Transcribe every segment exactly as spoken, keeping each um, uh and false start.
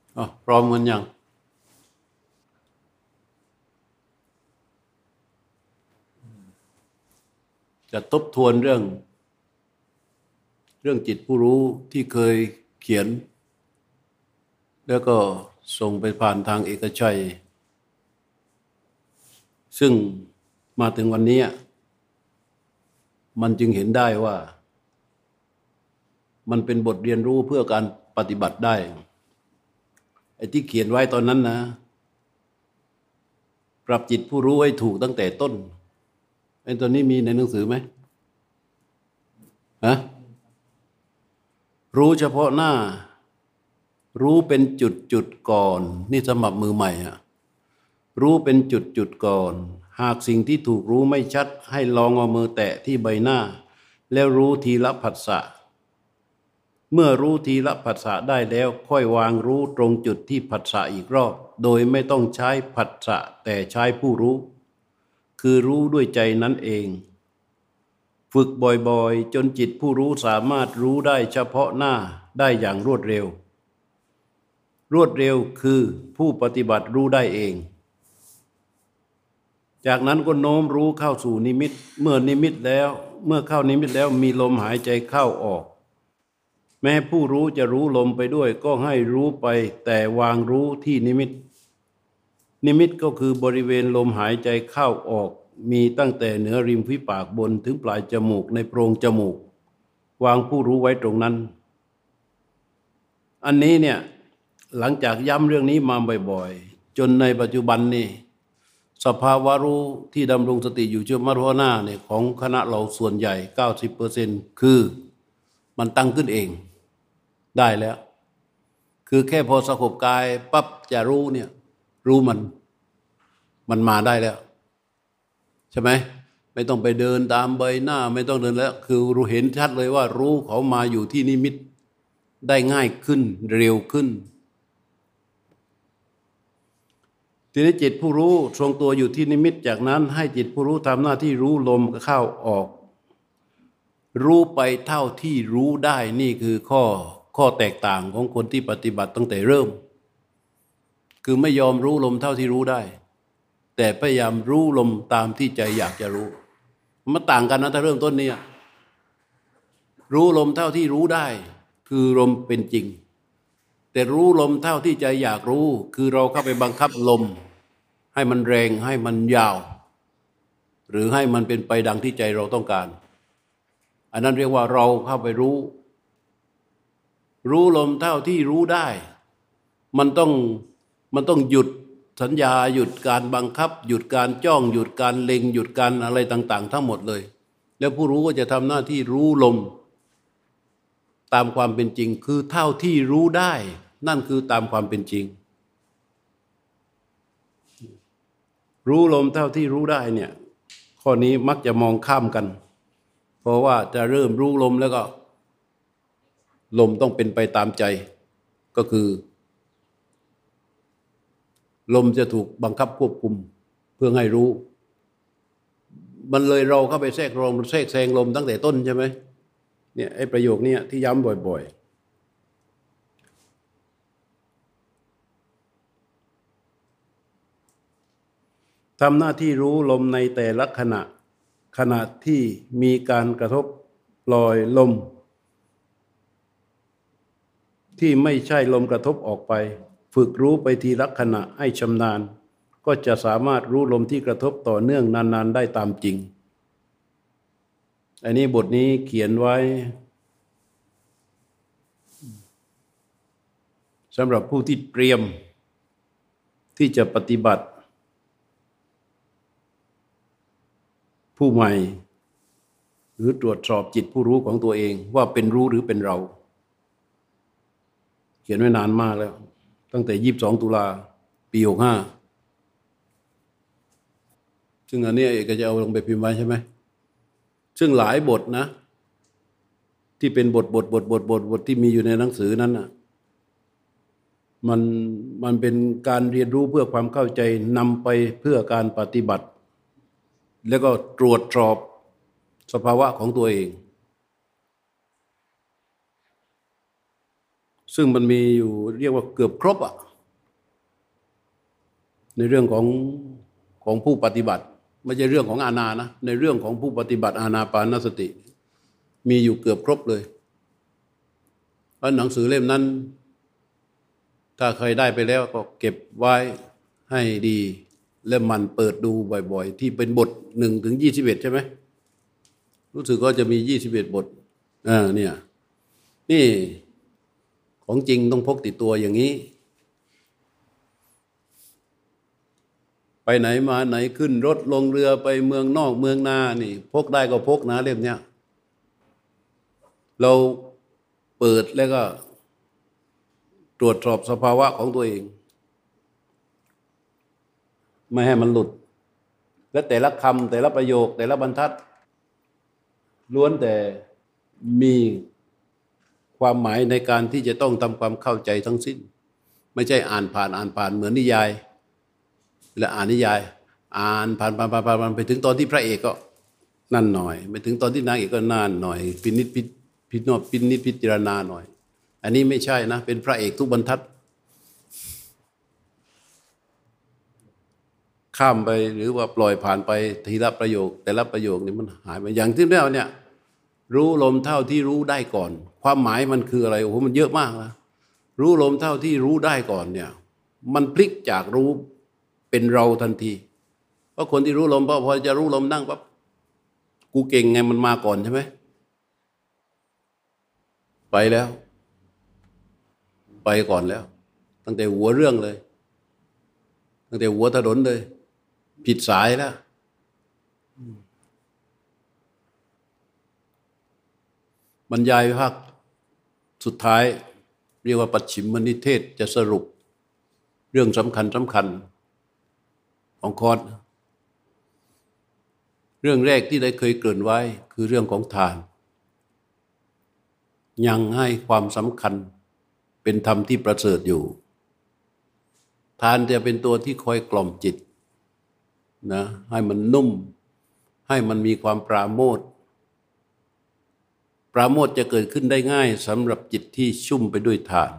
อ๋อพร้อมกันยังจะทบทวนเรื่องเรื่องจิตผู้รู้ที่เคยเขียนแล้วก็ส่งไปผ่านทางเอกชัยซึ่งมาถึงวันนี้มันจึงเห็นได้ว่ามันเป็นบทเรียนรู้เพื่อการปฏิบัติได้ไอ้ที่เขียนไว้ตอนนั้นนะปรับจิตผู้รู้ให้ถูกตั้งแต่ต้นไอ้ตัวนี้มีในหนังสือไหมฮะรู้เฉพาะหน้ารู้เป็นจุดจุดก่อนนี่สำหรับมือใหม่อะรู้เป็นจุดจุดก่อนหากสิ่งที่ถูกรู้ไม่ชัดให้ลองเอามือแตะที่ใบหน้าแล้วรู้ทีละผัสสะเมื่อรู้ทีละผัสสะได้แล้วค่อยวางรู้ตรงจุดที่ผัสสะอีกรอบโดยไม่ต้องใช้ผัสสะแต่ใช้ผู้รู้คือรู้ด้วยใจนั้นเองฝึกบ่อยๆจนจิตผู้รู้สามารถรู้ได้เฉพาะหน้าได้อย่างรวดเร็วรวดเร็วคือผู้ปฏิบัติรู้ได้เองจากนั้นก็โน้มรู้เข้าสู่นิมิตเมื่อนิมิตแล้วเมื่อเข้านิมิตแล้วมีลมหายใจเข้าออกแม้ผู้รู้จะรู้ลมไปด้วยก็ให้รู้ไปแต่วางรู้ที่นิมิตนิมิตก็คือบริเวณลมหายใจเข้าออกมีตั้งแต่เหนือริมฝีปากบนถึงปลายจมูกในโพรงจมูกวางผู้รู้ไว้ตรงนั้นอันนี้เนี่ยหลังจากย้ำเรื่องนี้มาบ่อยๆจนในปัจจุบันนี่สภาวะรู้ที่ดำรงสติอยู่ชั่วมัรวนาเนี่ยของคณะเราส่วนใหญ่ เก้าสิบเปอร์เซ็นต์ คือมันตั้งขึ้นเองได้แล้วคือแค่พอสงบกายปั๊บจะรู้เนี่ยรู้มันมันมาได้แล้วใช่ไหมไม่ต้องไปเดินตามใบหน้าไม่ต้องเดินแล้วคือรู้เห็นชัดเลยว่ารู้เขามาอยู่ที่นิมิตได้ง่ายขึ้นเร็วขึ้นทีนี้จิตผู้รู้ทรงตัวอยู่ที่นิมิตจากนั้นให้จิตผู้รู้ทำหน้าที่รู้ลมเข้าออกรู้ไปเท่าที่รู้ได้นี่คือข้อข้อแตกต่างของคนที่ปฏิบัติตั้งแต่เริ่มคือไม่ยอมรู้ลมเท่าที่รู้ได้แต่พยายามรู้ลมตามที่ใจอยากจะรู้มันต่างกันนะถ้าเริ่มต้นเนี่ยรู้ลมเท่าที่รู้ได้คือลมเป็นจริงแต่รู้ลมเท่าที่ใจอยากรู้คือเราเข้าไปบังคับลมให้มันแรงให้มันยาวหรือให้มันเป็นไปดังที่ใจเราต้องการอันนั้นเรียกว่าเราเข้าไปรู้รู้ลมเท่าที่รู้ได้มันต้องมันต้องหยุดสัญญาหยุดการบังคับหยุดการจ้องหยุดการเล็งหยุดการอะไรต่างๆทั้งหมดเลยแล้วผู้รู้ก็จะทำหน้าที่รู้ลมตามความเป็นจริงคือเท่าที่รู้ได้นั่นคือตามความเป็นจริงรู้ลมเท่าที่รู้ได้เนี่ยข้อนี้มักจะมองข้ามกันเพราะว่าจะเริ่มรู้ลมแล้วก็ลมต้องเป็นไปตามใจก็คือลมจะถูกบังคับควบคุมเพื่อให้รู้มันเลยเราเข้าไปแทรกลมแทรกแซงลมตั้งแต่ต้นใช่ไหมเนี่ยไอ้ประโยคนี้ที่ย้ำบ่อยๆทำหน้าที่รู้ลมในแต่ละขณะขณะที่มีการกระทบปล่อยลมที่ไม่ใช่ลมกระทบออกไปฝึกรู้ไปทีละขณะให้ชำนาญก็จะสามารถรู้ลมที่กระทบต่อเนื่องนานๆได้ตามจริงอันนี้บทนี้เขียนไว้สำหรับผู้ที่เตรียมที่จะปฏิบัติผู้ใหม่หรือตรวจสอบจิตผู้รู้ของตัวเองว่าเป็นรู้หรือเป็นเราเขียนไว้นานมากแล้วตั้งแต่ยี่สิบสองตุลาปีหกห้าซึ่งอันนี้เอกจะเอาลงไปพิมพ์ไว้ใช่ไหมซึ่งหลายบทนะที่เป็นบทบทบทบทบทบทที่มีอยู่ในหนังสือนั้นน่ะมันมันเป็นการเรียนรู้เพื่อความเข้าใจนำไปเพื่อการปฏิบัติแล้วก็ตรวจสอบสภาวะของตัวเองซึ่งมันมีอยู่เรียกว่าเกือบครบอ่ะในเรื่องของของผู้ปฏิบัติไม่ใช่เรื่องของอานานะในเรื่องของผู้ปฏิบัติอานาปานสติมีอยู่เกือบครบเลยเพราะหนังสือเล่มนั้นถ้าใครได้ไปแล้วก็เก็บไว้ให้ดีและมันเปิดดูบ่อยๆที่เป็นบทหนึ่งถึงยี่สิบเอ็ดใช่ไหมรู้สึกก็จะมียี่สิบเอ็ดบทอ่าเนี่ยนี่ของจริงต้องพกติดตัวอย่างนี้ไปไหนมาไหนขึ้นรถลงเรือไปเมืองนอกเมืองนานี่พกได้ก็พกนะเล่มเนี้ยเราเปิดแล้วก็ตรวจสอบสภาวะของตัวเองไม่ให้มันหลุดและแต่ละคำแต่ละประโยคแต่ละบรรทัดล้วนแต่มีความหมายในการที่จะต้องทำความเข้าใจทั้งสิ้นไม่ใช่อ่านผ่านอ่านผ่านเหมือนนิยายและอ่านนิยายอ่านผ่านผ่านผ่านผ่านไปถึงตอนที่พระเอกก็นั่นหน่อยไปถึงตอนที่นางเอกก็นั่นหน่อยพินิจพิพิจพินิจพิจารณาหน่อยอันนี้ไม่ใช่นะเป็นพระเอกทุกบรรทัดข้ามไปหรือว่าปล่อยผ่านไปทีละประโยคแต่ละประโยคนี่มันหายไปอย่างที่แล้วเนี่ยรู้ลมเท่าที่รู้ได้ก่อนความหมายมันคืออะไรโอ้โหมันเยอะมากนะรู้ลมเท่าที่รู้ได้ก่อนเนี่ยมันพลิกจากรู้เป็นเราทันทีเพราะคนที่รู้ลมพอพอจะรู้ลมนั่งปั๊บกูเก่งไงมันมาก่อนใช่ไหมไปแล้วไปก่อนแล้วตั้งแต่หัวเรื่องเลยตั้งแต่หัวถนนเลยผิดสายแล้วบรรยายภาคสุดท้ายเรียกว่าปัจฉิมนิเทศจะสรุปเรื่องสำคัญสำคัญของคอร์สเรื่องแรกที่ได้เคยเกริ่นไว้คือเรื่องของทานยังให้ความสำคัญเป็นธรรมที่ประเสริฐอยู่ทานจะเป็นตัวที่คอยกล่อมจิตนะให้มันนุ่มให้มันมีความปราโมทย์ปราโมทย์จะเกิดขึ้นได้ง่ายสำหรับจิตที่ชุ่มไปด้วยทาน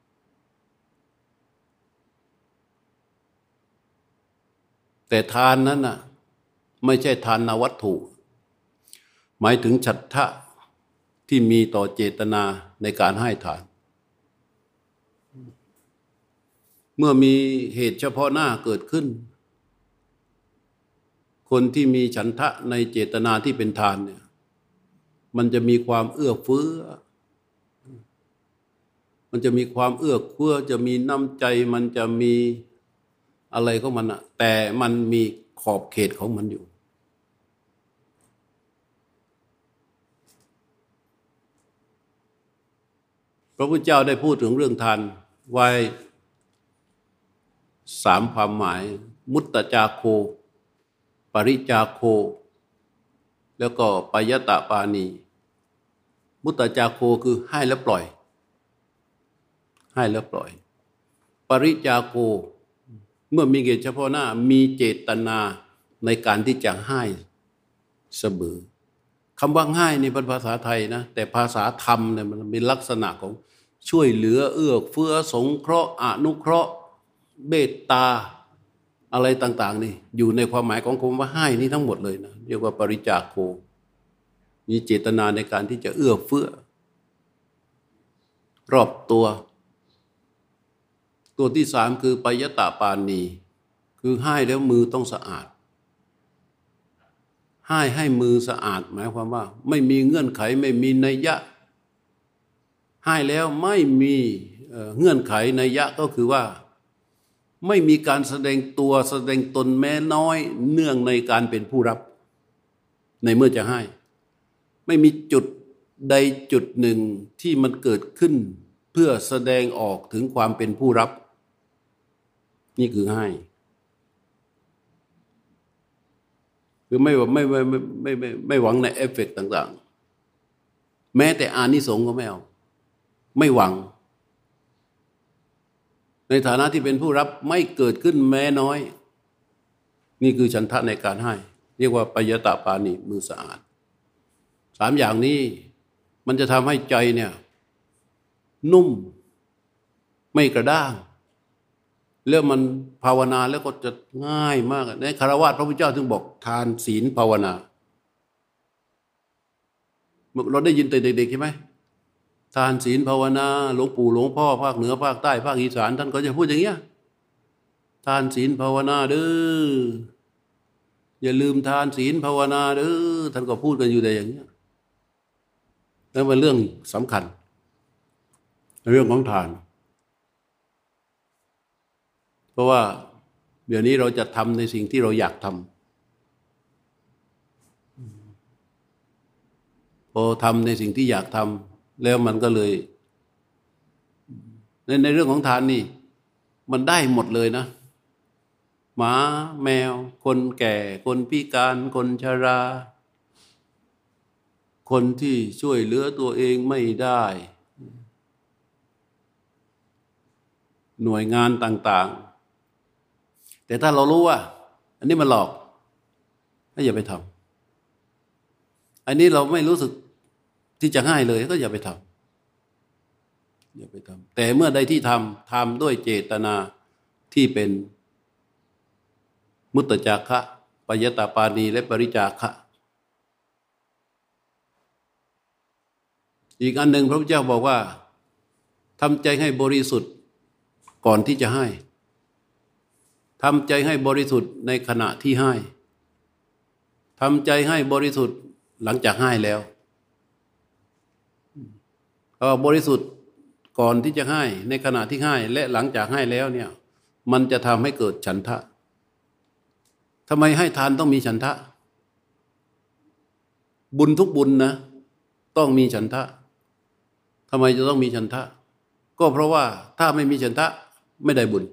แต่ทานนั้นน่ะไม่ใช่ทานวัตถุหมายถึงฉัฏฐะที่มีต่อเจตนาในการให้ทานเมื่อมีเหตุเฉพาะหน้าเกิดขึ้นคนที่มีฉันทะในเจตนาที่เป็นทานเนี่ยมันจะมีความเอื้อเฟื้อมันจะมีความเอื้อเฟื้อจะมีน้ำใจมันจะมีอะไรของมันอะแต่มันมีขอบเขตของมันอยู่พระพุทธเจ้าได้พูดถึงเรื่องทานไว้สามความหมายมุตตจาโคปริจาโคแล้วก็ปยตปานีมุตตจาโคคือให้แล้วปล่อยให้แล้วปล่อยปริจาโคเมื่อมีเหตุเฉพาะหน้ามีเจตนาในการที่จะให้เสมอคำว่าให้นี่เป็นภาษาไทยนะแต่ภาษาธรรมเนี่ยมันมีลักษณะของช่วยเหลือเอื้อเฟื้อสงเคราะห์อนุเคราะห์เมตตาอะไรต่างๆนี่อยู่ในความหมายของคำว่าให้นี่ทั้งหมดเลยนะเรียกว่าปริจาโคมีเจตนาในการที่จะเอื้อเฟื้อรอบตัวตัวที่สามคือปยตปานีคือให้แล้วมือต้องสะอาดให้ให้มือสะอาดหมายความว่าไม่มีเงื่อนไขไม่มีนัยยะให้แล้วไม่มีเงื่อนไขนัยยะก็คือว่าไม่มีการแสดงตัวแสดงตนแม้น้อยเนื่องในการเป็นผู้รับในเมื่อจะให้ไม่มีจุดใดจุดหนึ่งที่มันเกิดขึ้นเพื่อแสดงออกถึงความเป็นผู้รับนี่คือให้คือไม่ไม่ไม่ไม่ไม่ไม่ไม่หวังในเอฟเฟกต์ต่างๆแม้แต่อานิสงส์ก็ไม่เอาไม่หวังในฐานะที่เป็นผู้รับไม่เกิดขึ้นแม้น้อยนี่คือฉันทะในการให้เรียกว่าปยตปานีมือสะอาดสามอย่างนี้มันจะทำให้ใจเนี่ยนุ่มไม่กระด้างแล้วมันภาวนาแล้วก็จะง่ายมากในคฤหัสถ์พระพุทธเจ้าถึงบอกทานศีลภาวนาเราได้ยินแต่เด็กๆใช่ไหมทานศีลภาวนาหลวงปู่หลวงพ่อภาคเหนือภาคใต้ภาคอีสานท่านก็จะพูดอย่างเงี้ยทานศีลภาวนาเด้ออย่าลืมทานศีลภาวนาเด้อท่านก็พูดกันอยู่แต่อย่างเงี้ยแล้วเป็นเรื่องสำคัญเรื่องของทานเพราะว่าเดี๋ยวนี้เราจะทำในสิ่งที่เราอยากทำพอทำในสิ่งที่อยากทำแล้วมันก็เลยในในเรื่องของทานนี่มันได้หมดเลยนะหมาแมวคนแก่คนพิการคนชราคนที่ช่วยเหลือตัวเองไม่ได้หน่วยงานต่างๆแต่ถ้าเรารู้ว่าอันนี้มันหลอกก็อย่าไปทำอันนี้เราไม่รู้สึกที่จะง่ายเลยก็อย่าไปทำอย่าไปทำแต่เมื่อใดที่ทำทำด้วยเจตนาที่เป็นมุตตจาคะปยตตาปานีและปริจาคะอีกอันหนึ่งพระพุทธเจ้าบอกว่าทำใจให้บริสุทธิ์ก่อนที่จะให้ทำใจให้บริสุทธิ์ในขณะที่ให้ทำใจให้บริสุทธิ์หลังจากให้แล้วเออบริสุทธิ์ก่อนที่จะให้ในขณะที่ให้และหลังจากให้แล้วเนี่ยมันจะทำให้เกิดฉันทะทำไมให้ทานต้องมีฉันทะบุญทุกบุญนะต้องมีฉันทะทำไมจะต้องมีฉันทะก็เพราะว่าถ้าไม่มีฉันทะไม่ได้บุญ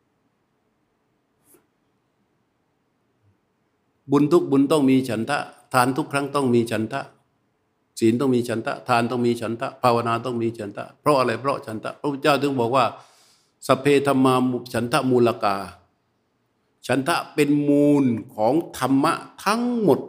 บุญทุกบุญต้องมีฉันทะทานทุกครั้งต้องมีฉันทะศีลต้องมีฉันทะทานต้องมีฉันทะภาวนาต้องมีฉันทะเพราะอะไรเพราะฉันทะพระพุทธเจ้าถึงบอกว่าสัพเพธัมมาฉันทะมูลกาฉันทะเป็นมูลของธรรมะทั้งหมด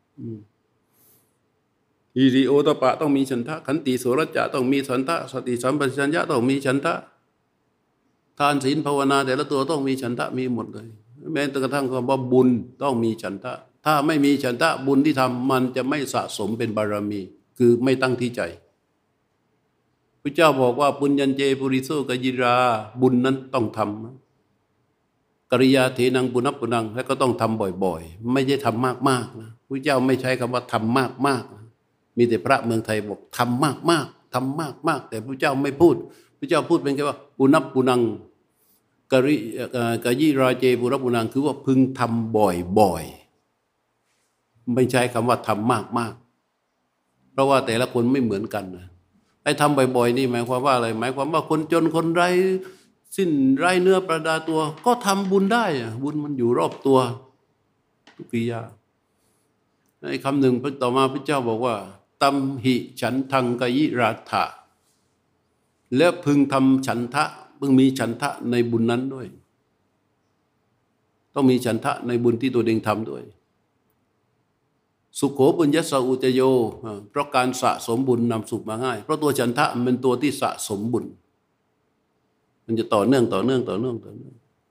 ฮิริโอตปะต้องมีฉันทะขันติโสรจะต้องมีฉันทะสติสัมปชัญญะต้องมีฉันทะทานศีลภาวนาแต่ละตัวต้องมีฉันทะมีหมดเลยแม้แต่กระทั่งคำว่าบุญต้องมีฉันทะถ้าไม่มีฉันทะบุญที่ทำมันจะไม่สะสมเป็นบารมีคือไม่ตั้งที่ใจพระเจ้าบอกว่าปุญญัญเจปุริโสกยิราบุญนั้นต้องทำกริยาเถนังปุณัปปุนังแล้วก็ต้องทำบ่อยๆไม่ใช่ทำมากๆนะพระเจ้าไม่ใช้คำว่าทำมากๆนะมีแต่พระเมืองไทยบอกทำมากๆทำมากๆแต่พระเจ้าไม่พูดพระเจ้าพูดเป็นแค่ว่าปุณัปปุนังกริกยิราเจปุระปุนังคือว่าพึงทำบ่อยๆไม่ใช่คำว่าทำมากๆเพราะว่าแต่ละคนไม่เหมือนกันนะไอ้ทำบ่อยๆนี่หมายความว่าอะไรหมายความว่าคนจนคนไร้สิ้นไร้เนื้อประดาตัวก็ทำบุญได้อะบุญมันอยู่รอบตัวทุกกิริยาไอ้คำหนึ่งต่อมาพระเจ้าบอกว่าตัมหิฉันทังกยิราถะและพึงทำฉันทะพึงมีฉันทะในบุญนั้นด้วยต้องมีฉันทะในบุญที่ตัวเองทำด้วยสุขโขบุญยัสสะอุจโยเพราะการสะสมบุญนำสุขมาง่ายเพราะตัวฉันทะมันเป็นตัวที่สะสมบุญมันจะต่อเนื่องต่อเนื่องต่อเนื่องต่อเนื่อง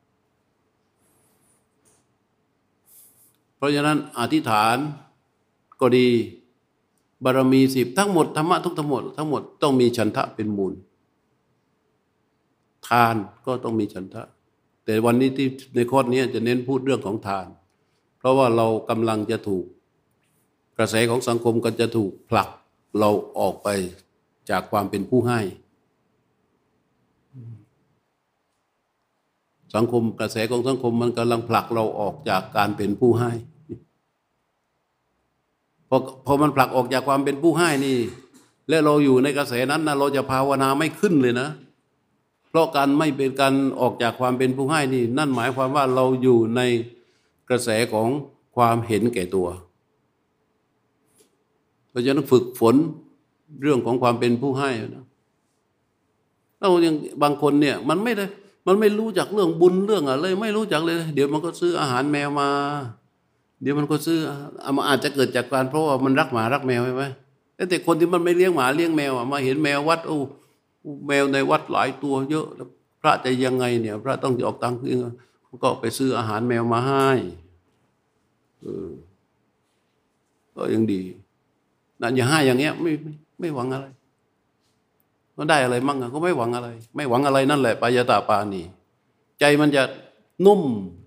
เพราะฉะนั้นอธิษฐานก็ดีบารมีสิบทั้งหมดธรรมะทุกทั้งหมดทั้งหมดต้องมีฉันทะเป็นมูลทานก็ต้องมีฉันทะแต่วันนี้ที่ในข้อนี้จะเน้นพูดเรื่องของทานเพราะว่าเรากำลังจะถูกกระแสของสังคมก็จะถูกผลักเราออกไปจากความเป็นผู้ให้สังคมกระแสของสังคมมันกำลังผลักเราออกจากการเป็นผู้ให้พอพอมันผลักออกจากความเป็นผู้ให้นี่และเราอยู่ในกระแสนั้นนะเราจะภาวนาไม่ขึ้นเลยนะเพราะการไม่เป็นการออกจากความเป็นผู้ให้นี่นั่นหมายความว่าเราอยู่ในกระแสของความเห็นแก่ตัวเราจะต้องฝึกฝนเรื่องของความเป็นผู้ให้นะเราอย่างบางคนเนี่ยมันไม่ได้มันไม่รู้จักเรื่องบุญเรื่องอะไรไม่รู้จักเลยเดี๋ยวมันก็ซื้ออาหารแมวมาเดี๋ยวมันก็ซื้อมันอาจจะเกิดจากการเพราะว่ามันรักหมารักแมวใช่ไหมแต่คนที่มันไม่เลี้ยงหมาเลี้ยงแมวมาเห็นแมววัดโอ้แมวในวัดหลายตัวเยอะแล้วพระจะยังไงเนี่ยพระต้องออกตังค์ก็ไปซื้ออาหารแมวมาให้เออก็ยังดีนั่นอย่าให้อย่างเงี้ยไม่ไม่ไม่หวังอะไรก็ได้อะไรมั่งก็ไม่หวังอะไรไม่หวังอะไรนั่นแหละปายตาปานีใจมันจะนุ่ม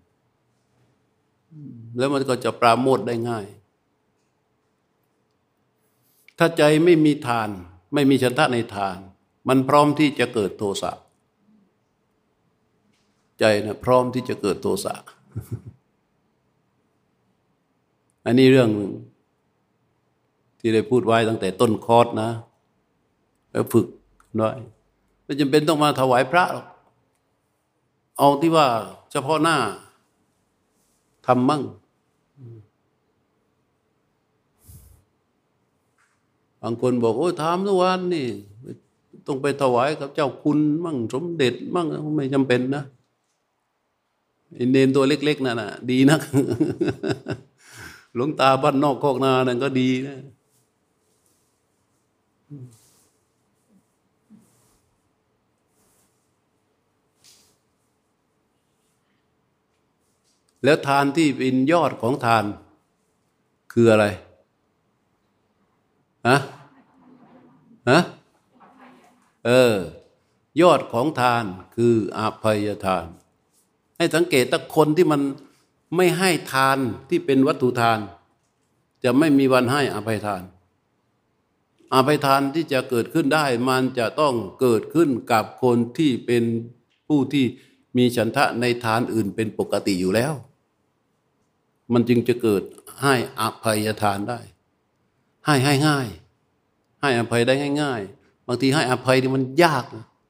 แล้วมันก็จะปราโมทย์ได้ง่ายถ้าใจไม่มีทานไม่มีฉันทะในทานมันพร้อมที่จะเกิดโทสะใจนะพร้อมที่จะเกิดโทสะอันนี้เรื่องที่ได้พูดไว้ตั้งแต่ต้นคอร์สนะแล้วฝึกน้อยไม่จำเป็นต้องมาถวายพระหรอกเอาที่ว่าเฉพาะหน้าทำมั่งบางคนบอกโอ้ยทำทุกวันนี่ต้องไปถวายกับเจ้าคุณมั่งสมเด็จมั่งไม่จำเป็นนะอินเดียนตัวเล็กๆนั่นน่ะดีนัก หลวงตาบ้านนอกโคกนานั่นก็ดีนะแล้วทานที่เป็นยอดของทานคืออะไรฮะฮะเออยอดของทานคืออภัยทานให้สังเกตถ้าคนที่มันไม่ให้ทานที่เป็นวัตถุทานจะไม่มีวันให้อภัยทานอภัยทานที่จะเกิดขึ้นได้มันจะต้องเกิดขึ้นกับคนที่เป็นผู้ที่มีฉันทะในทานอื่นเป็นปกติอยู่แล้วมันจึงจะเกิดให้อภัยทานได้ให้ให้ง่ายให้อภัยได้ง่ายๆบางทีให้อภัยที่มันยาก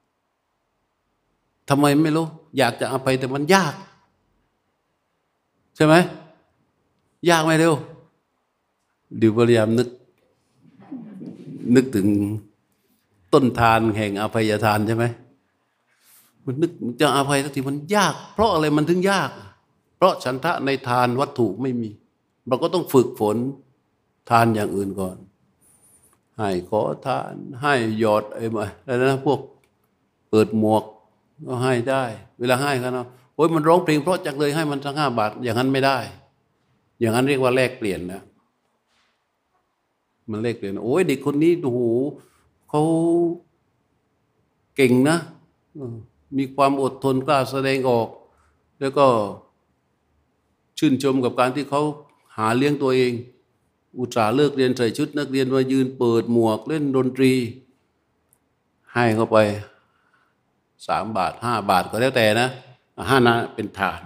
ทำไมไม่รู้อยากจะอภัยแต่มันยากใช่ไหมยากไหมเร็วดิวพยายามนึกนึกถึงต้นทานแห่งอภัยทานใช่ไหมมันนึกจะอภัยสักทีมันยากเพราะอะไรมันถึงยากเพราะฉันทะในทานวัตถุไม่มีเราก็ต้องฝึกฝนทานอย่างอื่นก่อนให้ขอทานให้หยอดไอ้มาอะไรนะพวกเปิดหมวกก็ให้ได้เวลาให้กันเนาะโอ้ยมันร้องเพลงเพราะจังเลยให้มันสักห้าบาทอย่างนั้นไม่ได้อย่างนั้นเรียกว่าแลกเปลี่ยนนะมันแลกเปลี่ยนโอ้ยเด็กคนนี้โอ้โหเขาเก่งนะมีความอดทนกล้าแสดงออกแล้วก็ชื่นชมกับการที่เขาหาเลี้ยงตัวเองอุตส่าห์เลิกเรียนใส่ชุดนักเรียนมายืนเปิดหมวกเล่นดนตรีให้เข้าไปสามบาทห้าบาทก็แล้วแต่นะห้านะเป็นทาน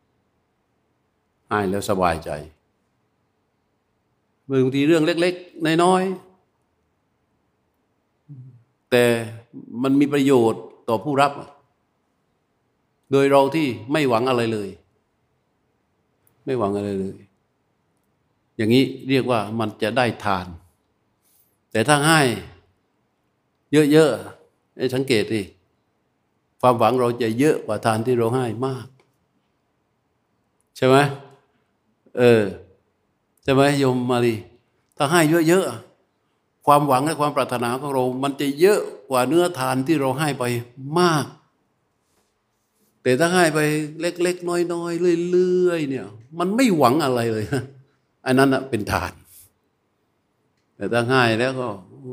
ให้แล้วสบายใจบางทีเรื่องเล็กๆน้อยๆแต่มันมีประโยชน์ต่อผู้รับโดยเราที่ไม่หวังอะไรเลยไม่หวังอะไรเลยอย่างนี้เรียกว่ามันจะได้ทานแต่ถ้าให้เยอะๆให้สังเกตดิความหวังเราจะเยอะกว่าทานที่เราให้มากใช่ไหมเออใช่ไหมโยมมาลีถ้าให้เยอะๆความหวังและความปรารถนาของเรามันจะเยอะกว่าเนื้อทานที่เราให้ไปมากแต่ถ้าให้ไปเล็กๆน้อยๆเรื่อยๆเนี่ยมันไม่หวังอะไรเลยอันนั้นน่ะเป็นทานแต่ถ้าให้แล้วก็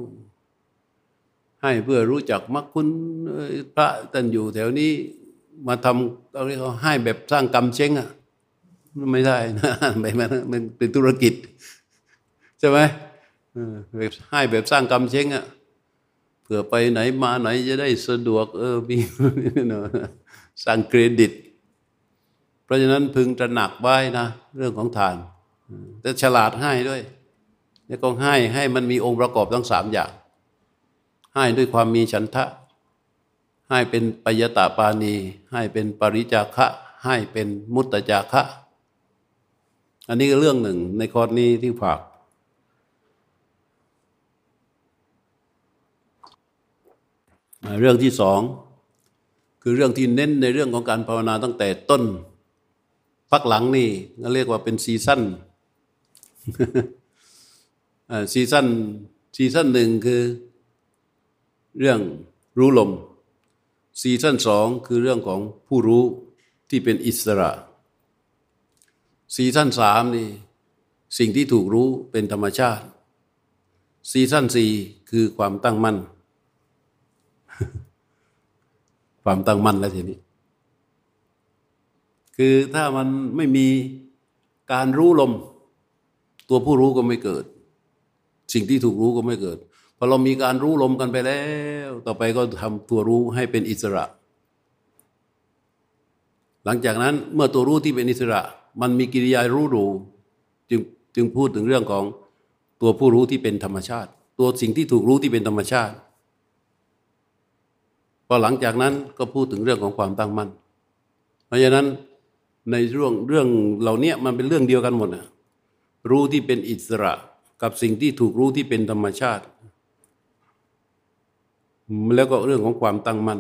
ให้เพื่อรู้จักมักคุณพระท่านอยู่แถวนี้มาทำเราเรียกว่าให้แบบสร้างกรรมเช้งอ่ะไม่ได้นะแบบนั้นมันเป็นธุรกิจใช่ไหมแบบให้แบบสร้างกรรมเช้งอ่ะเผื่อไปไหนมาไหนจะได้สะดวกเออมีสร้างเครดิตเพราะฉะนั้นพึงตระหนักไว้นะเรื่องของทานแต่ฉลาดให้ด้วยแล้วก็ให้ให้มันมีองค์ประกอบทั้งสามอย่างให้ด้วยความมีฉันทะให้เป็นปยตปานีให้เป็นปริจาคะให้เป็นมุตตจาคะอันนี้ก็เรื่องหนึ่งในคอร์สนี้ที่ฝากเรื่องที่สองคือเรื่องที่เน้นในเรื่องของการภาวนาตั้งแต่ต้นพักหลังนี่ก็เรียกว่าเป็นซีซั่นซีซั่นซีซั่นหนึ่งคือเรื่องรู้ลมซีซั่นสองคือเรื่องของผู้รู้ที่เป็นอิสระซีซั่นสามนี่สิ่งที่ถูกรู้เป็นธรรมชาติซีซั่นสี่คือความตั้งมั่น ความตั้งมั่นแล้วทีนี้คือถ้ามันไม่มีการรู้ลมตัวผู้รู้ก็ไม่เกิดสิ่งที่ถูกรู้ก็ไม่เกิดพอเรามีการรู้ลมกันไปแล้วต่อไปก็ทำตัวรู้ให้เป็นอิสระหลังจากนั้นเมื่อตัวรู้ที่เป็นอิสระมันมีกิริยารู้รู้จึงจึงพูดถึงเรื่องของตัวผู้รู้ที่เป็นธรรมชาติตัวสิ่งที่ถูกรู้ที่เป็นธรรมชาติพอหลังจากนั้นก็พูดถึงเรื่องของความตั้งมั่นเพราะฉะนั้นในเรื่องเรื่องเหล่านี้มันเป็นเรื่องเดียวกันหมดนะรู้ที่เป็นอิสระกับสิ่งที่ถูกรู้ที่เป็นธรรมชาติแล้วก็เรื่องของความตั้งมั่น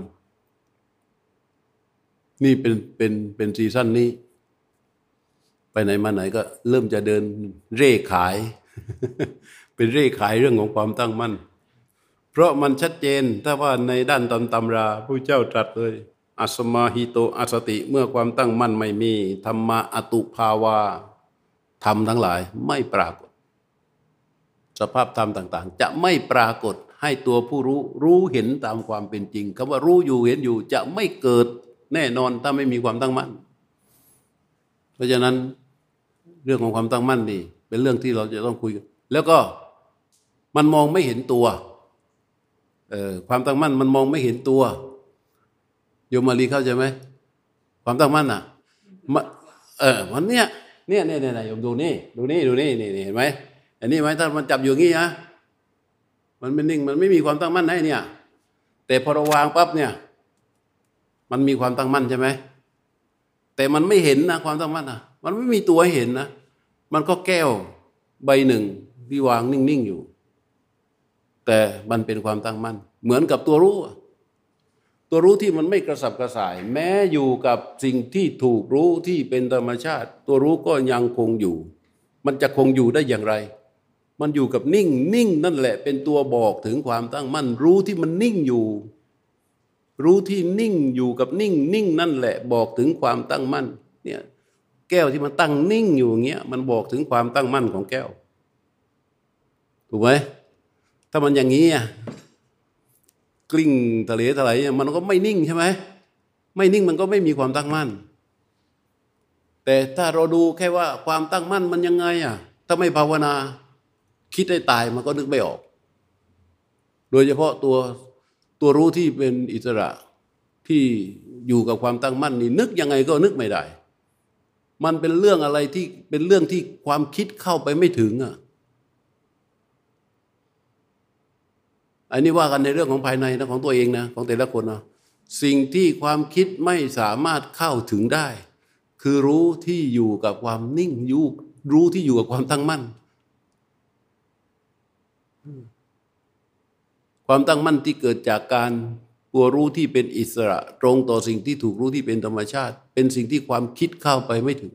นี่เป็นเป็นเป็นซีซั่นนี้ไปไหนมาไหนก็เริ่มจะเดินเร่ขาย เป็นเร่ขายเรื่องของความตั้งมั่นเพราะมันชัดเจนถ้าว่าในด้านตำตำราพระเจ้าตรัสเลยอัสมาหิโตอสติเมื่อความตั้งมั่นไม่มีธรรมะอตุภาวาธรรมทั้งหลายไม่ปรากฏสภาพธรรมต่างๆจะไม่ปรากฏให้ตัวผู้รู้รู้เห็นตามความเป็นจริงคำว่ารู้อยู่เห็นอยู่จะไม่เกิดแน่นอนถ้าไม่มีความตั้งมั่นเพราะฉะนั้นเรื่องของความตั้งมั่นนี่เป็นเรื่องที่เราจะต้องคุยกันแล้วก็มันมองไม่เห็นตัวเอ่อความตั้งมั่นมันมองไม่เห็นตัวโยมมาลีเข้าใจไหมความตั้งมั่นอ่ะเออมันเนี้ยเนี่ยเนี่ยเนี่ยโยมดูนี่ดูนี่ดูนี่นี่เห็นไหมอันนี้ไหมถ้ามันจับอยู่งี้นะมันไม่นิ่งมันไม่มีความตั้งมั่นให้เนี่ยแต่พอเราวางปั๊บเนี่ยมันมีความตั้งมั่นใช่ไหมแต่มันไม่เห็นนะความตั้งมั่นอ่ะมันไม่มีตัวให้เห็นนะมันก็แก้วใบหนึ่งที่วางนิ่งๆอยู่แต่มันเป็นความตั้งมั่นเหมือนกับตัวรู้ตัวรู้ที่มันไม่กระสับกระส่ายแม้อยู่กับสิ่งที่ถูกรู้ที่เป็นธรรมชาติตัวรู้ก็ยังคงอยู่มันจะคงอยู่ได้อย่างไรมันอยู่กับนิ่งนิ่งนั่นแหละเป็นตัวบอกถึงความตั้งมั่นรู้ที่มันนิ่งอยู่รู้ที่นิ่งอยู่กับนิ่งนิ่งนั่นแหละบอกถึงความตั้งมั่นเนี่ยแก้วที่มันตั้งนิ่งอยู่อย่างเงี้ยมันบอกถึงความตั้งมั่นของแก้วถูกไหมถ้ามันอย่างนี้อ่ะกลิ้งทะเลทลายมันก็ไม่นิ่งใช่ไหมไม่นิ่งมันก็ไม่มีความตั้งมั่นแต่ถ้าเราดูแค่ว่าความตั้งมั่นมันยังไงอ่ะถ้าไม่ภาวนาคิดให้ตายมันก็นึกไม่ออกโดยเฉพาะตัวตัวรู้ที่เป็นอิสระที่อยู่กับความตั้งมั่นนี่นึกยังไงก็นึกไม่ได้มันเป็นเรื่องอะไรที่เป็นเรื่องที่ความคิดเข้าไปไม่ถึงอ่ะอันนี้ว่ากันในเรื่องของภายในนะของตัวเองนะของแต่ละคนนะสิ่งที่ความคิดไม่สามารถเข้าถึงได้คือรู้ที่อยู่กับความนิ่งอยู่รู้ที่อยู่กับความตั้งมั่นความตั้งมั่นที่เกิดจากการตัวรู้ที่เป็นอิสระตรงต่อสิ่งที่ถูกรู้ที่เป็นธรรมชาติเป็นสิ่งที่ความคิดเข้าไปไม่ถึง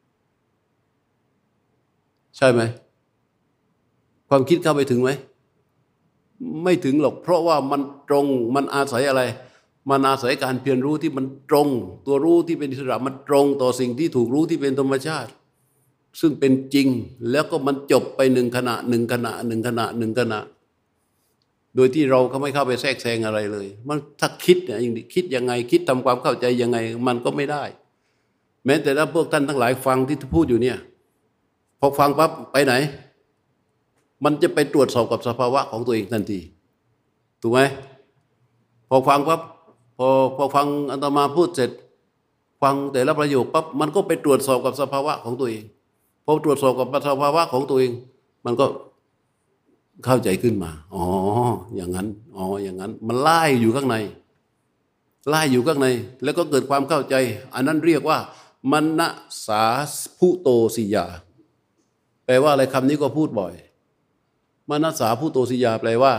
ใช่ไหมความคิดเข้าไปถึงไหมไม่ถึงหรอกเพราะว่ามันตรงมันอาศัยอะไรมันอาศัยการเพียรรู้ที่มันตรงตัวรู้ที่เป็นอิสระมันตรงต่อสิ่งที่ถูกรู้ที่เป็นธรรมชาติซึ่งเป็นจริงแล้วก็มันจบไปหนึ่งขณะหนึ่งขณะหนึ่งขณะหนึ่งขณะโดยที่เราก็ไม่เข้าไปแทรกแซงอะไรเลยมันถ้าคิดเนี่ยคิดยังไงคิดทำความเข้าใจยังไงมันก็ไม่ได้แม้แต่ถ้าพวกท่านทั้งหลายฟังที่พูดอยู่เนี่ยพอฟังปั๊บไปไหนมันจะไปตรวจสอบกับสภาวะของตัวเองทันทีถูกไหมพอฟังปั๊บพอพอฟังอาตมาพูดเสร็จฟังแต่ละประโยคปั๊บมันก็ไปตรวจสอบกับสภาวะของตัวเองพอตรวจสอบกับสภาวะของตัวเองมันก็เข้าใจขึ้นมาอ๋ออย่างนั้นอ๋ออย่างนั้นมันไล่อยู่ข้างในไล่อยู่ข้างในแล้วก็เกิดความเข้าใจอันนั้นเรียกว่ามนสาภูโตสิยาแปลว่าอะไรคำนี้ก็พูดบ่อยมนัสสาภูโตสิยาแปลว่า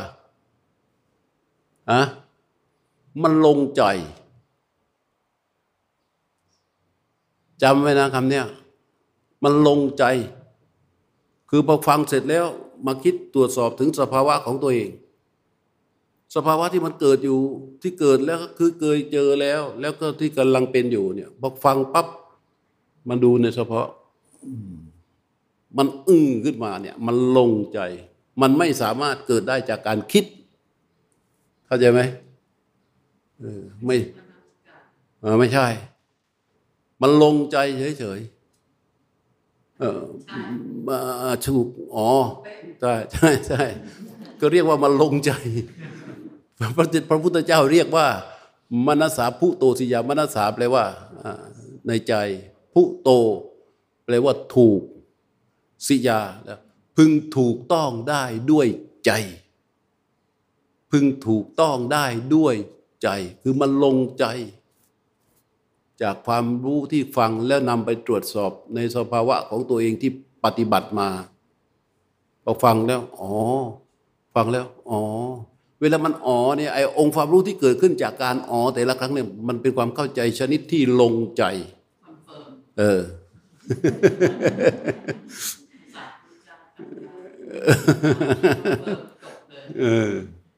อะมันลงใจจำไว้นะคำเนี้ยมันลงใจคือพอฟังเสร็จแล้วมาคิดตรวจสอบถึงสภาวะของตัวเองสภาวะที่มันเกิดอยู่ที่เกิดแล้วก็คือเคยเจอแล้ว แล้วก็ที่กำลังเป็นอยู่เนี่ยพอฟังปั๊บมันดูในเฉพาะมันอึ้งขึ้นมาเนี่ยมันลงใจมันไม่สามารถเกิดได้จากการคิดเข้าใจไหมเออไม่เออไม่ใช่มันลงใจเฉยๆเออมาถูกอ๋อใช่ใช่ใช่ก็เรียกว่ามันลงใจพระพระพุทธเจ้าเรียกว่ามนัสสาพุโตสิยามนัสสาแปลว่าในใจพุโตแปลว่าถูกสิยาพึงถูกต้องได้ด้วยใจพึงถูกต้องได้ด้วยใจคือมันลงใจจากความรู้ที่ฟังแล้วนำไปตรวจสอบในสภาวะของตัวเองที่ปฏิบัติมาพอฟังแล้วอ๋อฟังแล้วอ๋อเวลามันอ๋อเนี่ยไอ้องค์ความรู้ที่เกิดขึ้นจากการอ๋อแต่ละครั้งเนี่ยมันเป็นความเข้าใจชนิดที่ลงใจเออเออ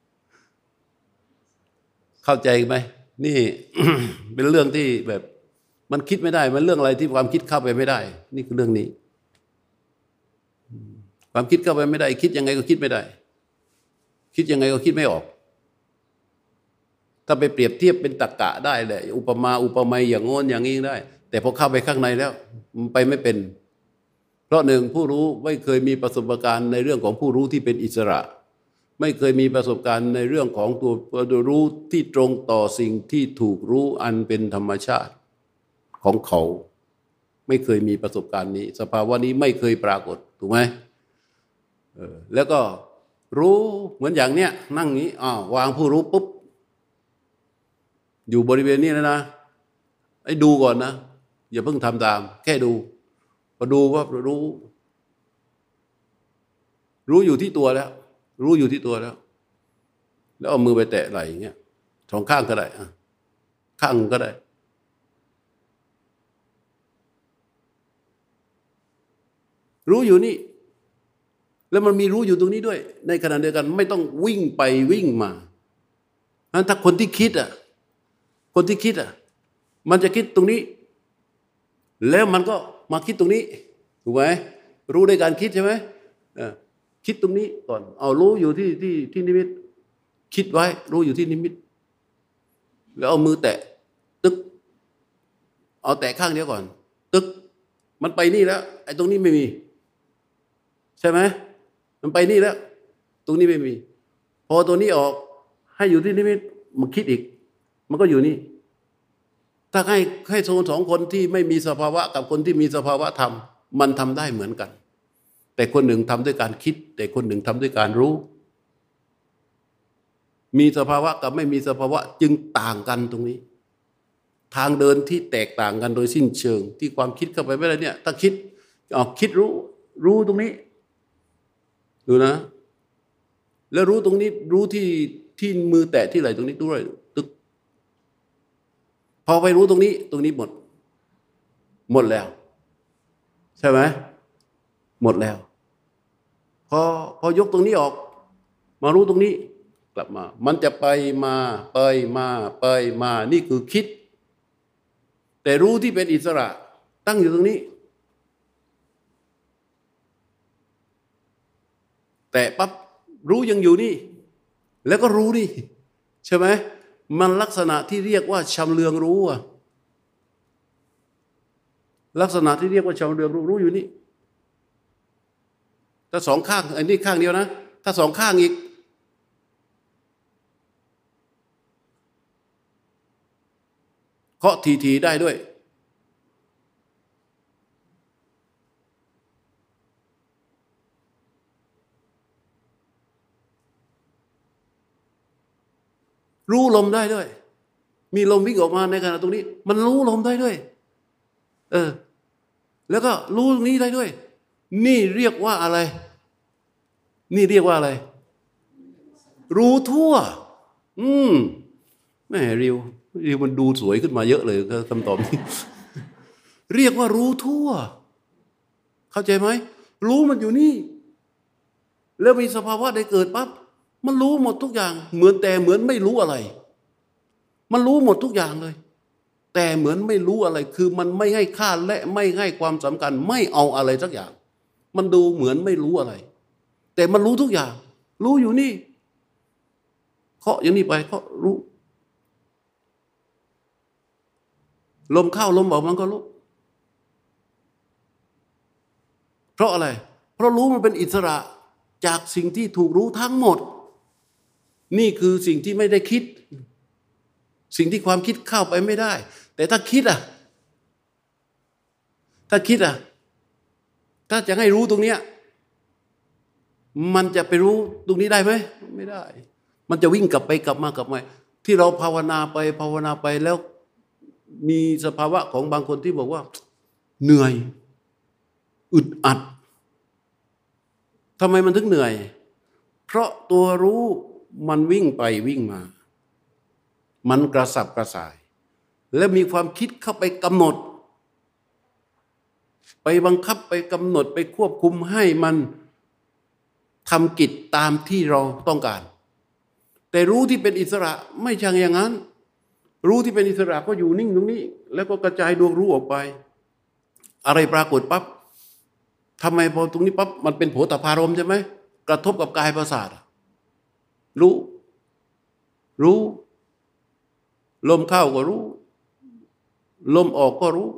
เข้าใจไหมนี่ เป็นเรื่องที่แบบมันคิดไม่ได้มันเรื่องอะไรที่ความคิดเข้าไปไม่ได้นี่คือเรื่องนี้ความคิดเข้าไปไม่ได้คิดยังไงก็คิดไม่ได้คิดยังไงก็คิดไม่ออกถ้าไปเปรียบเทียบเป็นตรรกะได้เลยอุปมาอุปไมยอย่างโน้นอย่างนี้ได้แต่พอเข้าไปข้างในแล้วมันไปไม่เป็นเพราะหนึ่งผู้รู้ไม่เคยมีประสบการณ์ในเรื่องของผู้รู้ที่เป็นอิสระไม่เคยมีประสบการณ์ในเรื่องของตัวตัวรู้ที่ตรงต่อสิ่งที่ถูกรู้อันเป็นธรรมชาติของเขาไม่เคยมีประสบการณ์นี้สภาวะนี้ไม่เคยปรากฏถูกไหมเออแล้วก็รู้เหมือนอย่างเนี้ยนั่งนี้อ้าววางผู้รู้ปุ๊บอยู่บริเวณนี้นะนะไอ้ดูก่อนนะอย่าเพิ่งทำตามแค่ดูพอดูว่ารู้ รู้อยู่ที่ตัวแล้วรู้อยู่ที่ตัวแล้วแล้วเอามือไปแตะไหล่อย่างเงี้ยสองข้างก็ได้อ่ะข้างก็ได้รู้อยู่นี่แล้วมันมีรู้อยู่ตรงนี้ด้วยในขณะเดียวกันไม่ต้องวิ่งไปวิ่งมาถ้าคนที่คิดอ่ะคนที่คิดอ่ะมันจะคิดตรงนี้แล้วมันก็มาคิดตรงนี้ถูกไหมรู้ในการคิดใช่ไหมคิดตรงนี้ก่อนเอารู้อยู่ที่ที่ที่นิมิตคิดไว้รู้อยู่ที่นิมิตแล้วเอามือแตะตึกเอาแตะข้างเดียวก่อนตึกมันไปนี่แล้วไอ้ตรงนี้ไม่มีใช่ไหมมันไปนี่แล้วตรงนี้ไม่มีพอตัวนี้ออกให้อยู่ที่นิมิตมันคิดอีกมันก็อยู่นี่ถ้าให้ให้โซนสองคนที่ไม่มีสภาวะกับคนที่มีสภาวะธรรมมันทำได้เหมือนกันแต่คนหนึ่งทำด้วยการคิดแต่คนหนึ่งทำด้วยการรู้มีสภาวะกับไม่มีสภาวะจึงต่างกันตรงนี้ทางเดินที่แตกต่างกันโดยสิ้นเชิงที่ความคิดเข้าไปไม่ได้เนี่ยถ้าคิดออกคิดรู้รู้ตรงนี้ดูนะแล้วรู้ตรงนี้รู้ที่ที่มือแตะที่ไหล่ตรงนี้ด้วยตึกพอไปรู้ตรงนี้ตรงนี้หมดหมดแล้วใช่ไหมหมดแล้วพอพอยกตรงนี้ออกมารู้ตรงนี้กลับมามันจะไปมาไปมาไปมานี่คือคิดแต่รู้ที่เป็นอิสระตั้งอยู่ตรงนี้แต่ปั๊บรู้ยังอยู่นี่แล้วก็รู้นี่ใช่ไหมมันลักษณะที่เรียกว่าชำเลืองรู้อะลักษณะที่เรียกว่าชำเลืองรู้รู้อยู่นี่ถ้าสองข้างอันนี้ข้างเดียวนะถ้าสองข้างอีกเคาะทีๆได้ด้วยรู้ลมได้ด้วยมีลมวิ่งออกมาในขณะตรงนี้มันรู้ลมได้ด้วยเออแล้วก็รู้ตรงนี้ได้ด้วยนี่เรียกว่าอะไรนี่เรียกว่าอะไรรู้ทั่วอืมแม่ริวริวมันดูสวยขึ้นมาเยอะเลยคำตอบนี้ เรียกว่ารู้ทั่วเข้าใจไหมรู้มันอยู่นี่แล้วมีสภาวะได้เกิดปั๊บมันรู้หมดทุกอย่างเหมือนแต่เหมือนไม่รู้อะไรมันรู้หมดทุกอย่างเลยแต่เหมือนไม่รู้อะไรคือมันไม่ให้ค่าและไม่ให้ความสำคัญไม่เอาอะไรสักอย่างมันดูเหมือนไม่รู้อะไรแต่มันรู้ทุกอย่างรู้อยู่นี่เคาะอย่างนี้ไปเคาะรู้ลมเข้าลมออกมันก็รู้เพราะอะไรเพราะรู้มันเป็นอิสระจากสิ่งที่ถูกรู้ทั้งหมดนี่คือสิ่งที่ไม่ได้คิดสิ่งที่ความคิดเข้าไปไม่ได้แต่ถ้าคิดอ่ะถ้าคิดอ่ะถ้าจะให้รู้ตรงเนี้ยมันจะไปรู้ตรงนี้ได้ไหมไม่ได้มันจะวิ่งกลับไปกลับมากลับมาที่เราภาวนาไปภาวนาไปแล้วมีสภาวะของบางคนที่บอกว่าเหนื่อยอึดอัดทำไมมันถึงเหนื่อยเพราะตัวรู้มันวิ่งไปวิ่งมามันกระสับกระส่ายและมีความคิดเข้าไปกำหนดไปบังคับไปกำหนดไปควบคุมให้มันทำกิจตามที่เราต้องการแต่รู้ที่เป็นอิสระไม่ใช่อย่างนั้นรู้ที่เป็นอิสระก็อยู่นิ่งตรงนี้แล้วก็กระจายดวงรู้ออกไปอะไรปรากฏปั๊บทำไมพอตรงนี้ปั๊บมันเป็นโผฏฐารมณ์ใช่ไหมกระทบกับกายประสาทรู้รู้ลมเข้าก็รู้ลมออกก็รู้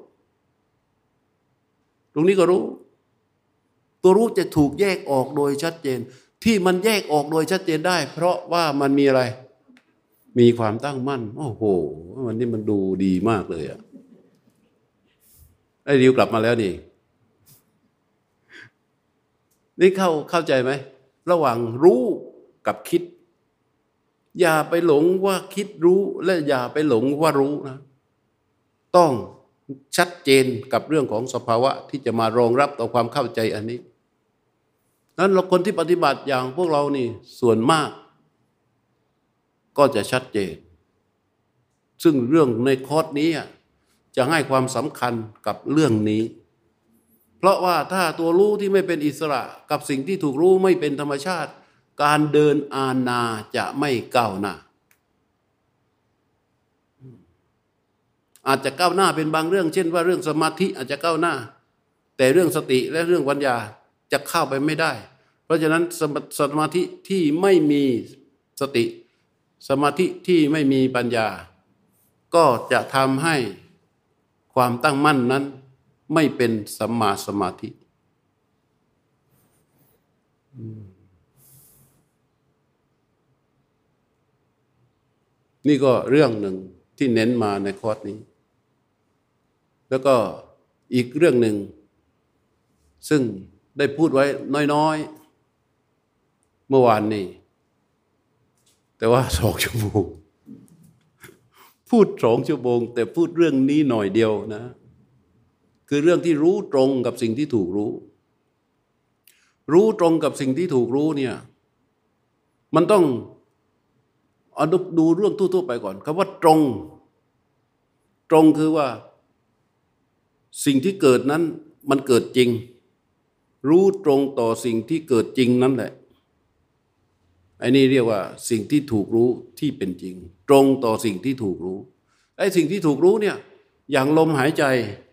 ตรงนี้ก็รู้ตัวรู้จะถูกแยกออกโดยชัดเจนที่มันแยกออกโดยชัดเจนได้เพราะว่ามันมีอะไรมีความตั้งมั่นโอ้โหวันนี้มันดูดีมากเลยอะไอ้ริวกลับมาแล้วนี่นี่เข้าเข้าใจไหมระหว่างรู้กับคิดอย่าไปหลงว่าคิดรู้และอย่าไปหลงว่ารู้นะต้องชัดเจนกับเรื่องของสภาวะที่จะมารองรับต่อความเข้าใจอันนี้นั้นเราคนที่ปฏิบัติอย่างพวกเรานี่ส่วนมากก็จะชัดเจนซึ่งเรื่องในคอร์สนี้จะให้ความสำคัญกับเรื่องนี้เพราะว่าถ้าตัวรู้ที่ไม่เป็นอิสระกับสิ่งที่ถูกรู้ไม่เป็นธรรมชาติการเดินอานาจะไม่ก้าวหน้าอาจจะก้าวหน้าเป็นบางเรื่องเช่นว่าเรื่องสมาธิอาจจะก้าวหน้าแต่เรื่องสติและเรื่องปัญญาจะเข้าไปไม่ได้เพราะฉะนั้นสมาธิที่ไม่มีสติสมาธิที่ไม่มีปัญญาก็จะทำให้ความตั้งมั่นนั้นไม่เป็นสัมมาสมาธินี่ก็เรื่องหนึ่งที่เน้นมาในคอร์สนี้แล้วก็อีกเรื่องหนึ่งซึ่งได้พูดไว้น้อยๆเมื่อวานนี้แต่ว่าสองชั่วโมงพูดสองชั่วโมงแต่พูดเรื่องนี้หน่อยเดียวนะคือเรื่องที่รู้ตรงกับสิ่งที่ถูกรู้รู้ตรงกับสิ่งที่ถูกรู้เนี่ยมันต้องเอาดูเรื่องทั่วๆไปก่อนคำว่าตรงตรงคือว่าสิ่งที่เกิดนั้นมันเกิดจริงรู้ตรงต่อสิ่งที่เกิดจริงนั่นแหละไอ้นี่เรียกว่าสิ่งที่ถูกรู้ที่เป็นจริงตรงต่อสิ่งที่ถูกรู้ไอ้สิ่งที่ถูกรู้เนี่ยอย่างลมหายใจ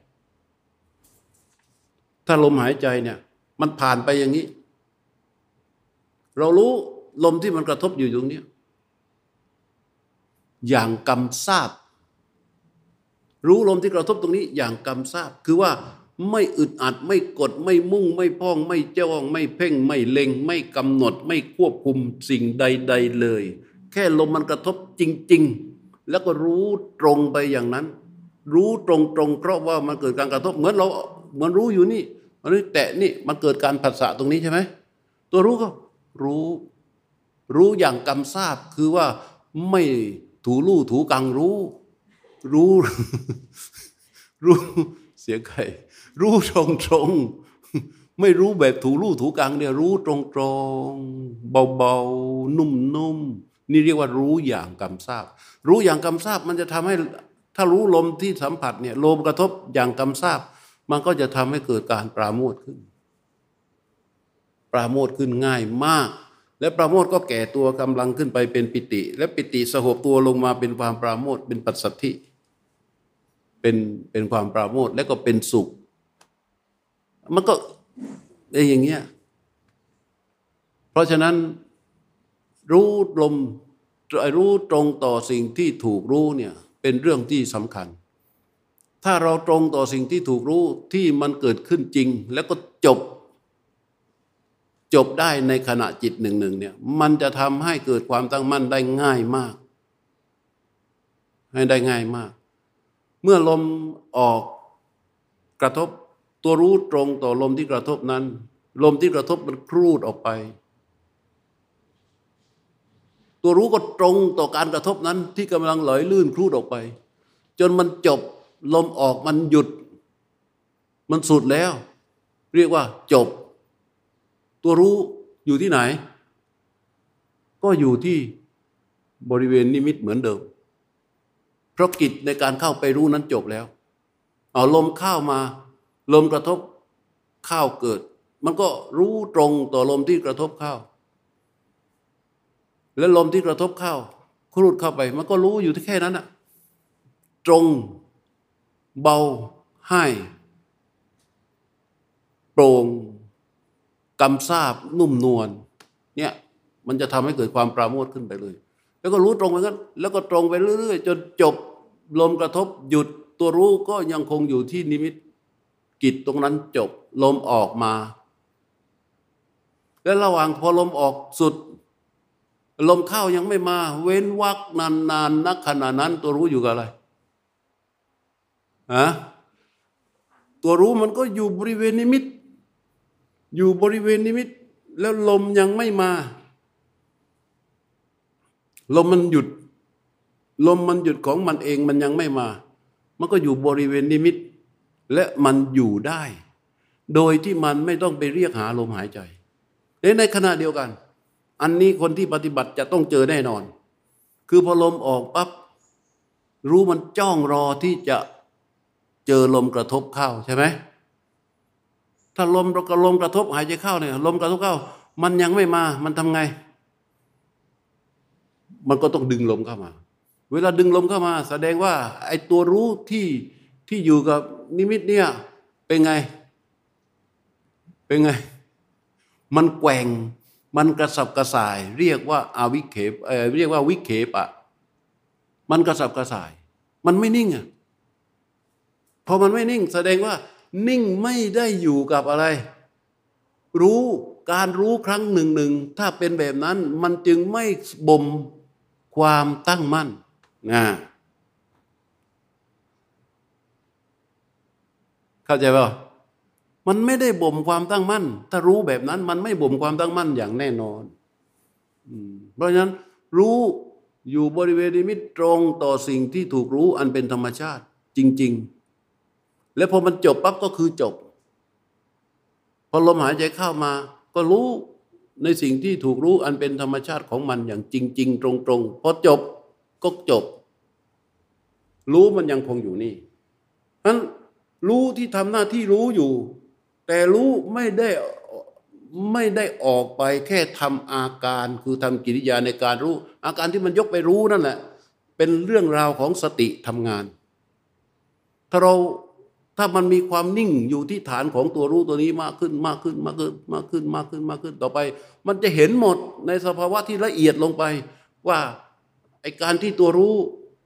ถ้าลมหายใจเนี่ยมันผ่านไปอย่างนี้เรารู้ลมที่มันกระทบอยู่ตรงนี้อย่างกำซาบรู้ลมที่กระทบตรงนี้อย่างกำซาบคือว่าไม่อึดอัดไม่กดไม่มุ่งไม่พ้องไม่จ้องไม่เพ่งไม่เล็งไม่กำหนดไม่ควบคุมสิ่งใดๆเลยแค่ลมมันกระทบจริงๆแล้วก็รู้ตรงไปอย่างนั้นรู้ตรงๆเพราะว่ามันเกิดการกระทบเหมือนเราเหมือนรู้อยู่นี่มันแตะนี่มันเกิดการผัสสะตรงนี้ใช่ไหมตัวรู้ก็รู้รู้อย่างกำซาบคือว่าไม่ถูลู่ถูกังรู้รู้รู้เสียงใครรู้ตรงตรงไม่รู้แบบถูลู่ถูกังเนี่ยรู้ตรงตรงเบาๆนุ่มๆนี่เรียกว่ารู้อย่างกำซาบรู้อย่างกำซาบมันจะทำให้ถ้ารู้ลมที่สัมผัสเนี่ยลมกระทบอย่างกำซาบมันก็จะทำให้เกิดการปราโมทย์ขึ้นปราโมทย์ขึ้นง่ายมากและปราโมทย์ก็แก่ตัวกำลังขึ้นไปเป็นปิติและปิติสหบตัวลงมาเป็นความปราโมทย์เป็นปัสสัทธิเป็นเป็นความปราโมทย์และก็เป็นสุขมันก็เป็นอย่างเงี้ยเพราะฉะนั้นรู้ลมรู้ตรงต่อสิ่งที่ถูกรู้เนี่ยเป็นเรื่องที่สำคัญถ้าเราตรงต่อสิ่งที่ถูกรู้ที่มันเกิดขึ้นจริงแล้วก็จบจบได้ในขณะจิตหนึ่งหนึ่งเนี่ยมันจะทำให้เกิดความตั้งมั่นได้ง่ายมากให้ได้ง่ายมากเมื่อลมออกกระทบตัวรู้ตรงต่อลมที่กระทบนั้นลมที่กระทบมันครูดออกไปตัวรู้ก็ตรงต่อการกระทบนั้นที่กำลังไหลลื่นครูดออกไปจนมันจบลมออกมันหยุดมันสุดแล้วเรียกว่าจบตัวรู้อยู่ที่ไหนก็อยู่ที่บริเวณนิมิตเหมือนเดิมเพราะกิจในการเข้าไปรู้นั้นจบแล้วเอาลมเข้ามาลมกระทบเข้าเกิดมันก็รู้ตรงต่อลมที่กระทบเข้าและลมที่กระทบเข้าครูดเข้าไปมันก็รู้อยู่ที่แค่นั้นน่ะตรงเบาให้โปร่งกำซาบนุ่มนวลเนี่ยมันจะทำให้เกิดความปราโมทย์ขึ้นไปเลยแล้วก็รู้ตรงไปงั้นแล้วก็ตรงไปเรื่อยๆจนจบลมกระทบหยุดตัวรู้ก็ยังคงอยู่ที่นิมิตกิจตรงนั้นจบลมออกมาและระหว่างพอลมออกสุดลมเข้ายังไม่มาเว้นวรรคนานๆนักขณะนั้นตัวรู้อยู่กับอะไรฮะตัวรู้มันก็อยู่บริเวณนิมิตอยู่บริเวณนิมิตแล้วลมยังไม่มาลมมันหยุดลมมันหยุดของมันเองมันยังไม่มามันก็อยู่บริเวณนิมิตและมันอยู่ได้โดยที่มันไม่ต้องไปเรียกหาลมหายใจและในขณะเดียวกันอันนี้คนที่ปฏิบัติจะต้องเจอแน่นอนคือพอลมออกปั๊บรู้มันจ้องรอที่จะเจอลมกระทบเข้าใช่ไหมถ้าลมกระลมกระทบหายใจเข้าเนี่ยลมกระทบเข้ามันยังไม่มามันทำไงมันก็ต้องดึงลมเข้ามาเวลาดึงลมเข้ามาแสดงว่าไอ้ตัวรู้ที่ที่อยู่กับนิมิตเนี่ยเป็นไงเป็นไงมันแกว่งมันกระสับกระส่ายเรียกว่าอาวิเขปเอ่อเรียกว่าวิเขปะมันกระสับกระส่ายมันไม่นิ่งอ่ะพอมันไม่นิ่งแสดงว่านิ่งไม่ได้อยู่กับอะไรรู้การรู้ครั้งหนึ่งหนึ่งถ้าเป็นแบบนั้นมันจึงไม่บ่มความตั้งมั่นนะเข้าใจป่ะมันไม่ได้บ่มความตั้งมั่นถ้ารู้แบบนั้นมันไม่บ่มความตั้งมั่นอย่างแน่นอนเพราะฉะนั้นรู้อยู่บริเวณนิมิตตรงต่อสิ่งที่ถูกรู้อันเป็นธรรมชาติจริงๆและพอมันจบปั๊บก็คือจบพอลมหายใจเข้ามาก็รู้ในสิ่งที่ถูกรู้อันเป็นธรรมชาติของมันอย่างจริงๆตรงๆพอจบก็จบรู้มันยังคงอยู่นี่นั้นรู้ที่ทำหน้าที่รู้อยู่แต่รู้ไม่ได้ไม่ได้ออกไปแค่ทำอาการคือทำกิริยาในการรู้อาการที่มันยกไปรู้นั่นแหละเป็นเรื่องราวของสติทำงานถ้าเราถ้ามันมีความนิ่งอยู่ที่ฐานของตัวรู้ตัวนี้มากขึ้นมากขึ้นมากขึ้นมากขึ้นมากขึ้นมากขึ้นต่อไปมันจะเห็นหมดในสภาวะที่ละเอียดลงไปว่าไอ้การที่ตัวรู้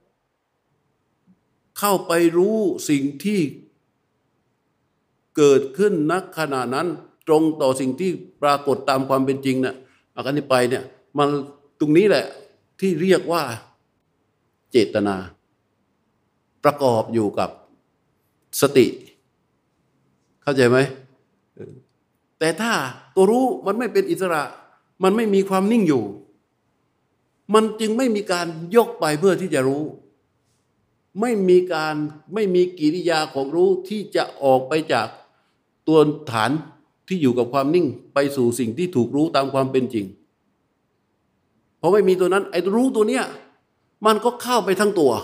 เข้าไปรู้สิ่งที่เกิดขึ้นณขณะนั้นตรงต่อสิ่งที่ปรากฏตามความเป็นจริงเนี่ยอาการนี้ไปเนี่ยมันตรงนี้แหละที่เรียกว่าเจตนาประกอบอยู่กับสติเข้าใจไหมแต่ถ้าตัวรู้มันไม่เป็นอิสระมันไม่มีความนิ่งอยู่มันจึงไม่มีการยกไปเพื่อที่จะรู้ไม่มีการไม่มีกิริยาของรู้ที่จะออกไปจากตัวฐานที่อยู่กับความนิ่งไปสู่สิ่งที่ถูกรู้ตามความเป็นจริงเพราะไม่มีตัวนั้นไอ้รู้ตัวเนี้ยมันก็เข้าไปทั้งตัว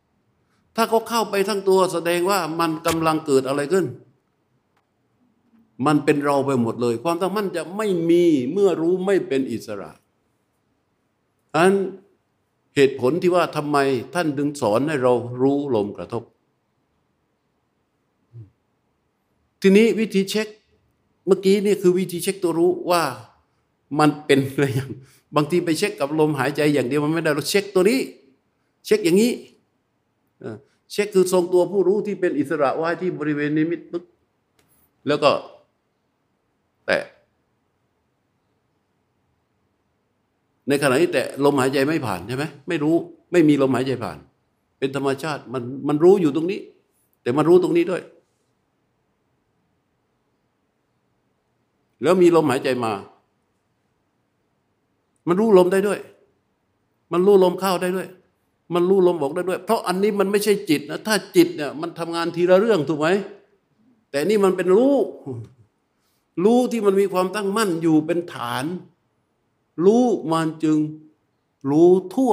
ถ้าเขาเข้าไปทั้งตัวแสดงว่ามันกำลังเกิดอะไรขึ้นมันเป็นเราไปหมดเลยความตั้งมั่นจะไม่มีเมื่อรู้ไม่เป็นอิสระอันเหตุผลที่ว่าทำไมท่านดึงสอนให้เรารู้ลมกระทบทีนี้วิธีเช็คเมื่อกี้นี่คือวิธีเช็คตัวรู้ว่ามันเป็นอะไรอย่างบางทีไปเช็คกับลมหายใจอย่างเดียวมันไม่ได้เราเช็คตัวนี้เช็คอย่างนี้เช็คคือทรงตัวผู้รู้ที่เป็นอิสระไว้ที่บริเวณนิมิตปึ๊บแล้วก็แตะในขณะที่แตะลมหายใจไม่ผ่านใช่ไหมไม่รู้ไม่มีลมหายใจผ่านเป็นธรรมชาติมันมันรู้อยู่ตรงนี้แต่มันรู้ตรงนี้ด้วยแล้วมีลมหายใจมามันรู้ลมได้ด้วยมันรู้ลมเข้าได้ด้วยมันรู้ลมออกได้ด้วยเพราะอันนี้มันไม่ใช่จิตนะถ้าจิตเนี่ยมันทำงานทีละเรื่องถูกไหมแต่นี่มันเป็นรู้รู้ที่มันมีความตั้งมั่นอยู่เป็นฐานรู้มันจึงรู้ทั่ว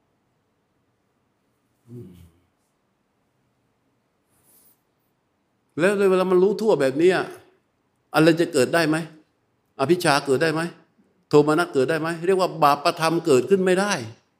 แล้วเวลามันรู้ทั่วแบบนี้อะไรจะเกิดได้ไหมอภิชฌาเกิดได้ไหมโทมนัสเกิดได้ไหมเรียกว่าบาปธรรมเกิดขึ้นไม่ได้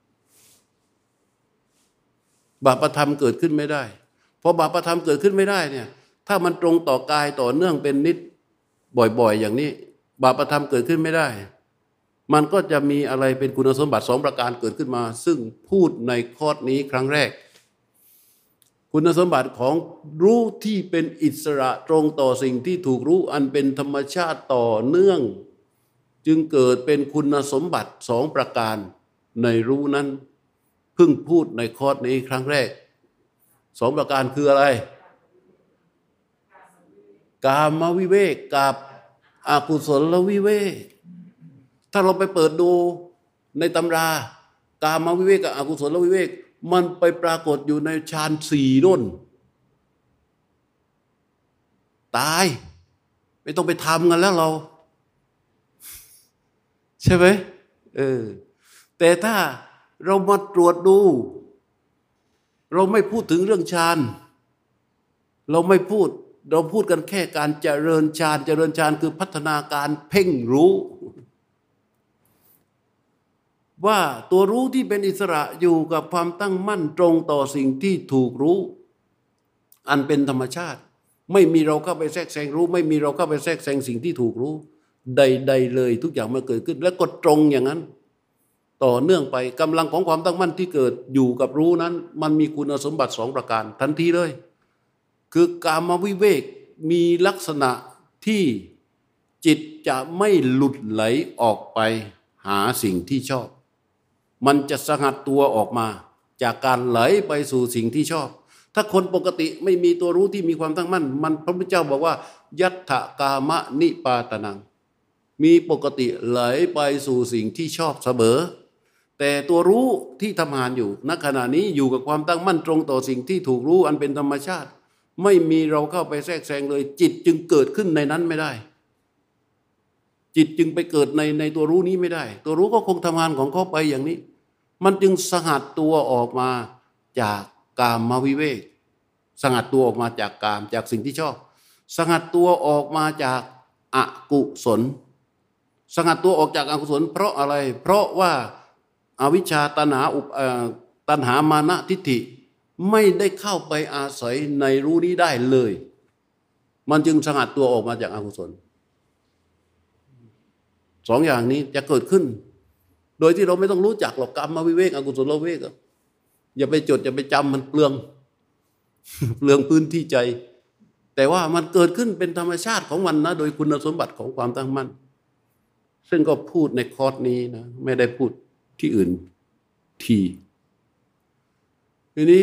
บาปธรรมเกิดขึ้นไม่ได้พอบาปธรรมเกิดขึ้นไม่ได้เนี่ยถ้ามันตรงต่อกายต่อเนื่องเป็นนิดบ่อยๆอย่างนี้บาปธรรมเกิดขึ้นไม่ได้มันก็จะมีอะไรเป็นคุณสมบัติสองประการเกิดขึ้นมาซึ่งพูดในคอร์สนี้ครั้งแรกคุณสมบัติของรู้ที่เป็นอิสระตรงต่อสิ่งที่ถูกรู้อันเป็นธรรมชาติต่อเนื่องจึงเกิดเป็นคุณสมบัติสองประการในรู้นั้นเพิ่งพูดในคอร์สนี้ครั้งแรกสองประการคืออะไรกามวิเวกกับอกุศลวิเวกถ้าเราไปเปิดดูในตำรากามวิเวกกับอกุศลวิเวกมันไปปรากฏอยู่ในฌานสี่นู่นตายไม่ต้องไปทำกันแล้วเราใช่ไหมเออแต่ถ้าเรามาตรวจดูเราไม่พูดถึงเรื่องฌานเราไม่พูดเราพูดกันแค่การเจริญฌานเจริญฌานคือพัฒนาการเพ่งรู้ว่าตัวรู้ที่เป็นอิสระอยู่กับความตั้งมั่นตรงต่อสิ่งที่ถูกรู้อันเป็นธรรมชาติไม่มีเราเข้าไปแทรกแซงรู้ไม่มีเราเข้าไปแทรกแซงสิ่งที่ถูกรู้ใดๆเลยทุกอย่างมันเกิดขึ้นแล้วก็ตรงอย่างนั้นต่อเนื่องไปกำลังของความตั้งมั่นที่เกิดอยู่กับรู้นั้นมันมีคุณสมบัติสองประการทันทีเลยคือกามวิเวกมีลักษณะที่จิตจะไม่หลุดไหลออกไปหาสิ่งที่ชอบมันจะสงัดตัวออกมาจากการไหลไปสู่สิ่งที่ชอบถ้าคนปกติไม่มีตัวรู้ที่มีความตั้งมั่นมันพระพุทธเจ้าบอกว่ายัตถกามะนิปาตนังมีปกติไหลไปสู่สิ่งที่ชอบเสมอแต่ตัวรู้ที่ทำงานอยู่ณขณะนี้อยู่กับความตั้งมั่นตรงต่อสิ่งที่ถูกรู้อันเป็นธรรมชาติไม่มีเราเข้าไปแทรกแซงเลยจิตจึงเกิดขึ้นในนั้นไม่ได้จิตจึงไปเกิดในในตัวรู้นี้ไม่ได้ตัวรู้ก็คงทำงานของเขาไปอย่างนี้มันจึงสงัดตัวออกมาจากกามวิเวกสงัดตัวออกมาจากกามจากสิ่งที่ชอบสงัดตัวออกมาจากอกุศลสงัดตัวออกจากอกุศลเพราะอะไรเพราะว่าอวิชชาตัณหาอุปตัณหามานะทิฏฐิไม่ได้เข้าไปอาศัยในรู้นี้ได้เลยมันจึงสงัดตัวออกมาจากอกุศลสองอย่างนี้จะเกิดขึ้นโดยที่เราไม่ต้องรู้จักหรอกกรรมวิเวกอกุศลวิเวกอย่าไปจดอย่าไปจำมันเปลืองเปลืองพื้นที่ใจแต่ว่ามันเกิดขึ้นเป็นธรรมชาติของมันนะโดยคุณสมบัติของความตั้งมั่นซึ่งก็พูดในคอร์สนี้นะไม่ได้พูดที่อื่นทีทีนี้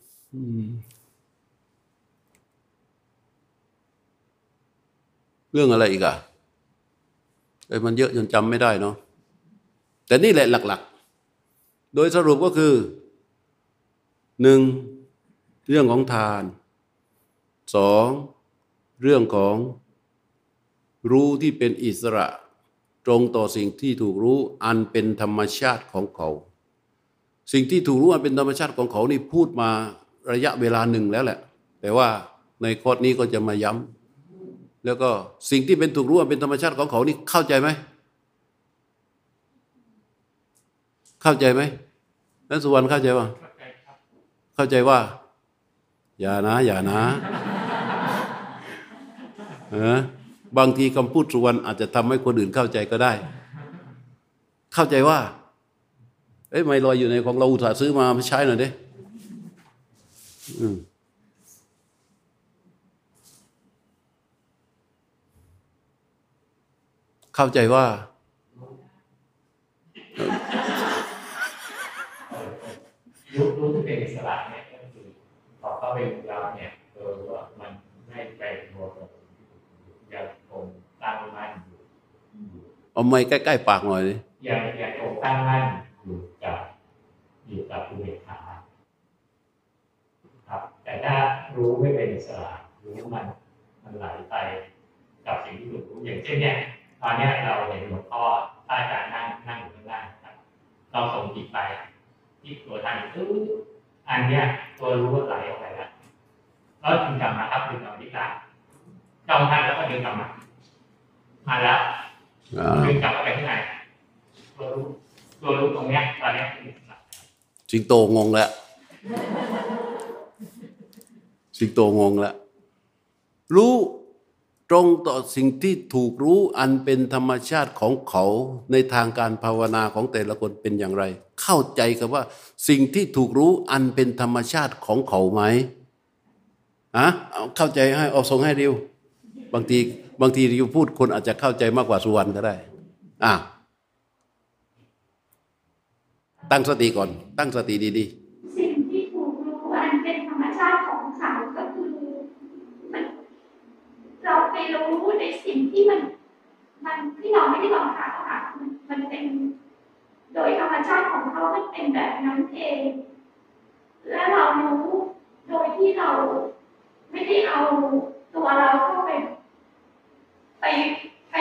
เรื่องอะไรอีกอะไอ้มันเยอะจนจำไม่ได้เนาะแต่นี่แหละหลักๆโดยสรุปก็คือหนึ่งเรื่องของทานสองเรื่องของรู้ที่เป็นอิสระตรงต่อสิ่งที่ถูกรู้อันเป็นธรรมชาติของเขาสิ่งที่ถูกรู้อันเป็นธรรมชาติของเขานี่พูดมาระยะเวลาหนึ่งแล้วแหละแต่ว่าในคอร์สนี้ก็จะมาย้แล้วก็สิ่งที่เป็นถูกรู้เป็นธรรมชาติของเขานี่เข้าใจไหมเข้าใจไหมนั้นสุวรรณเข้าใจว่าเข้าใจว่าอย่านะอย่านะเออบางทีคำพูดสุวรรณอาจจะทำให้คนอื่นเข้าใจก็ได้เข้าใจว่าเอ้ยไม่ลอยอยู่ในของเราอุตส่าห์ซื้อมาใช้หน่อยดิเข้าใจว่ารู้รู้ที่เป็นอิสระเนี่ยก็คือพอเข้าไปรู้แล้วเนี่ยเออว่ามันไม่ไปตัวตนยังคงตั้งมั่นอยู่เอาไม้ใกล้ๆปากหน่อยดิยังยังคงตั้งมั่นอยู่กับอยู่กับอุเบกขาครับแต่ถ้ารู้ไม่เป็นอิสระรู้มันมันไหลไปกับสิ่งที่ถูกรู้อย่างเช่นเนี่ยตอนนี้เราเห็นหลวงพ่ออาจารย์นั่งนั่งอยู่ข้างล่างครับเราส่งจิตไปที่ตัวทางตื้ออันเนี้ยตัวรู้ว่าไหลออกไปแล้วแล้วดึงกลับมาครับดึงกลับมาที่กลางจ้องท่านแล้วก็ดึงกลับมามาแล้วดึงกลับมาไปที่ไหนตัวรู้ตัวรู้ตรงเนี้ยตอนเนี้ยสิงโตงงแล้วสิงโตงงแล้วรู้ตรงต่อสิ่งที่ถูกรู้อันเป็นธรรมชาติของเขาในทางการภาวนาของแต่ละคนเป็นอย่างไรเข้าใจกับว่าสิ่งที่ถูกรู้อันเป็นธรรมชาติของเขาไหมอะเข้าใจให้เอาส่งให้ริวบางทีบางทีริวพูดคนอาจจะเข้าใจมากกว่าสุวรรณก็ได้อ่ะตั้งสติก่อนตั้งสติดีๆสิ่งที่ถูกรู้อันเป็นธรรมชาติของเขาก็คือมันเราไปรู้ในสิ่งที่มันมันที่เราไม่ได้บังคับค่ะมันมันเป็นโดยธรรมชาติของเขามันเป็นแบบนั้นเองและเรารู้โดยที่เราไม่ได้เอาตัวเราเข้าไปไปไป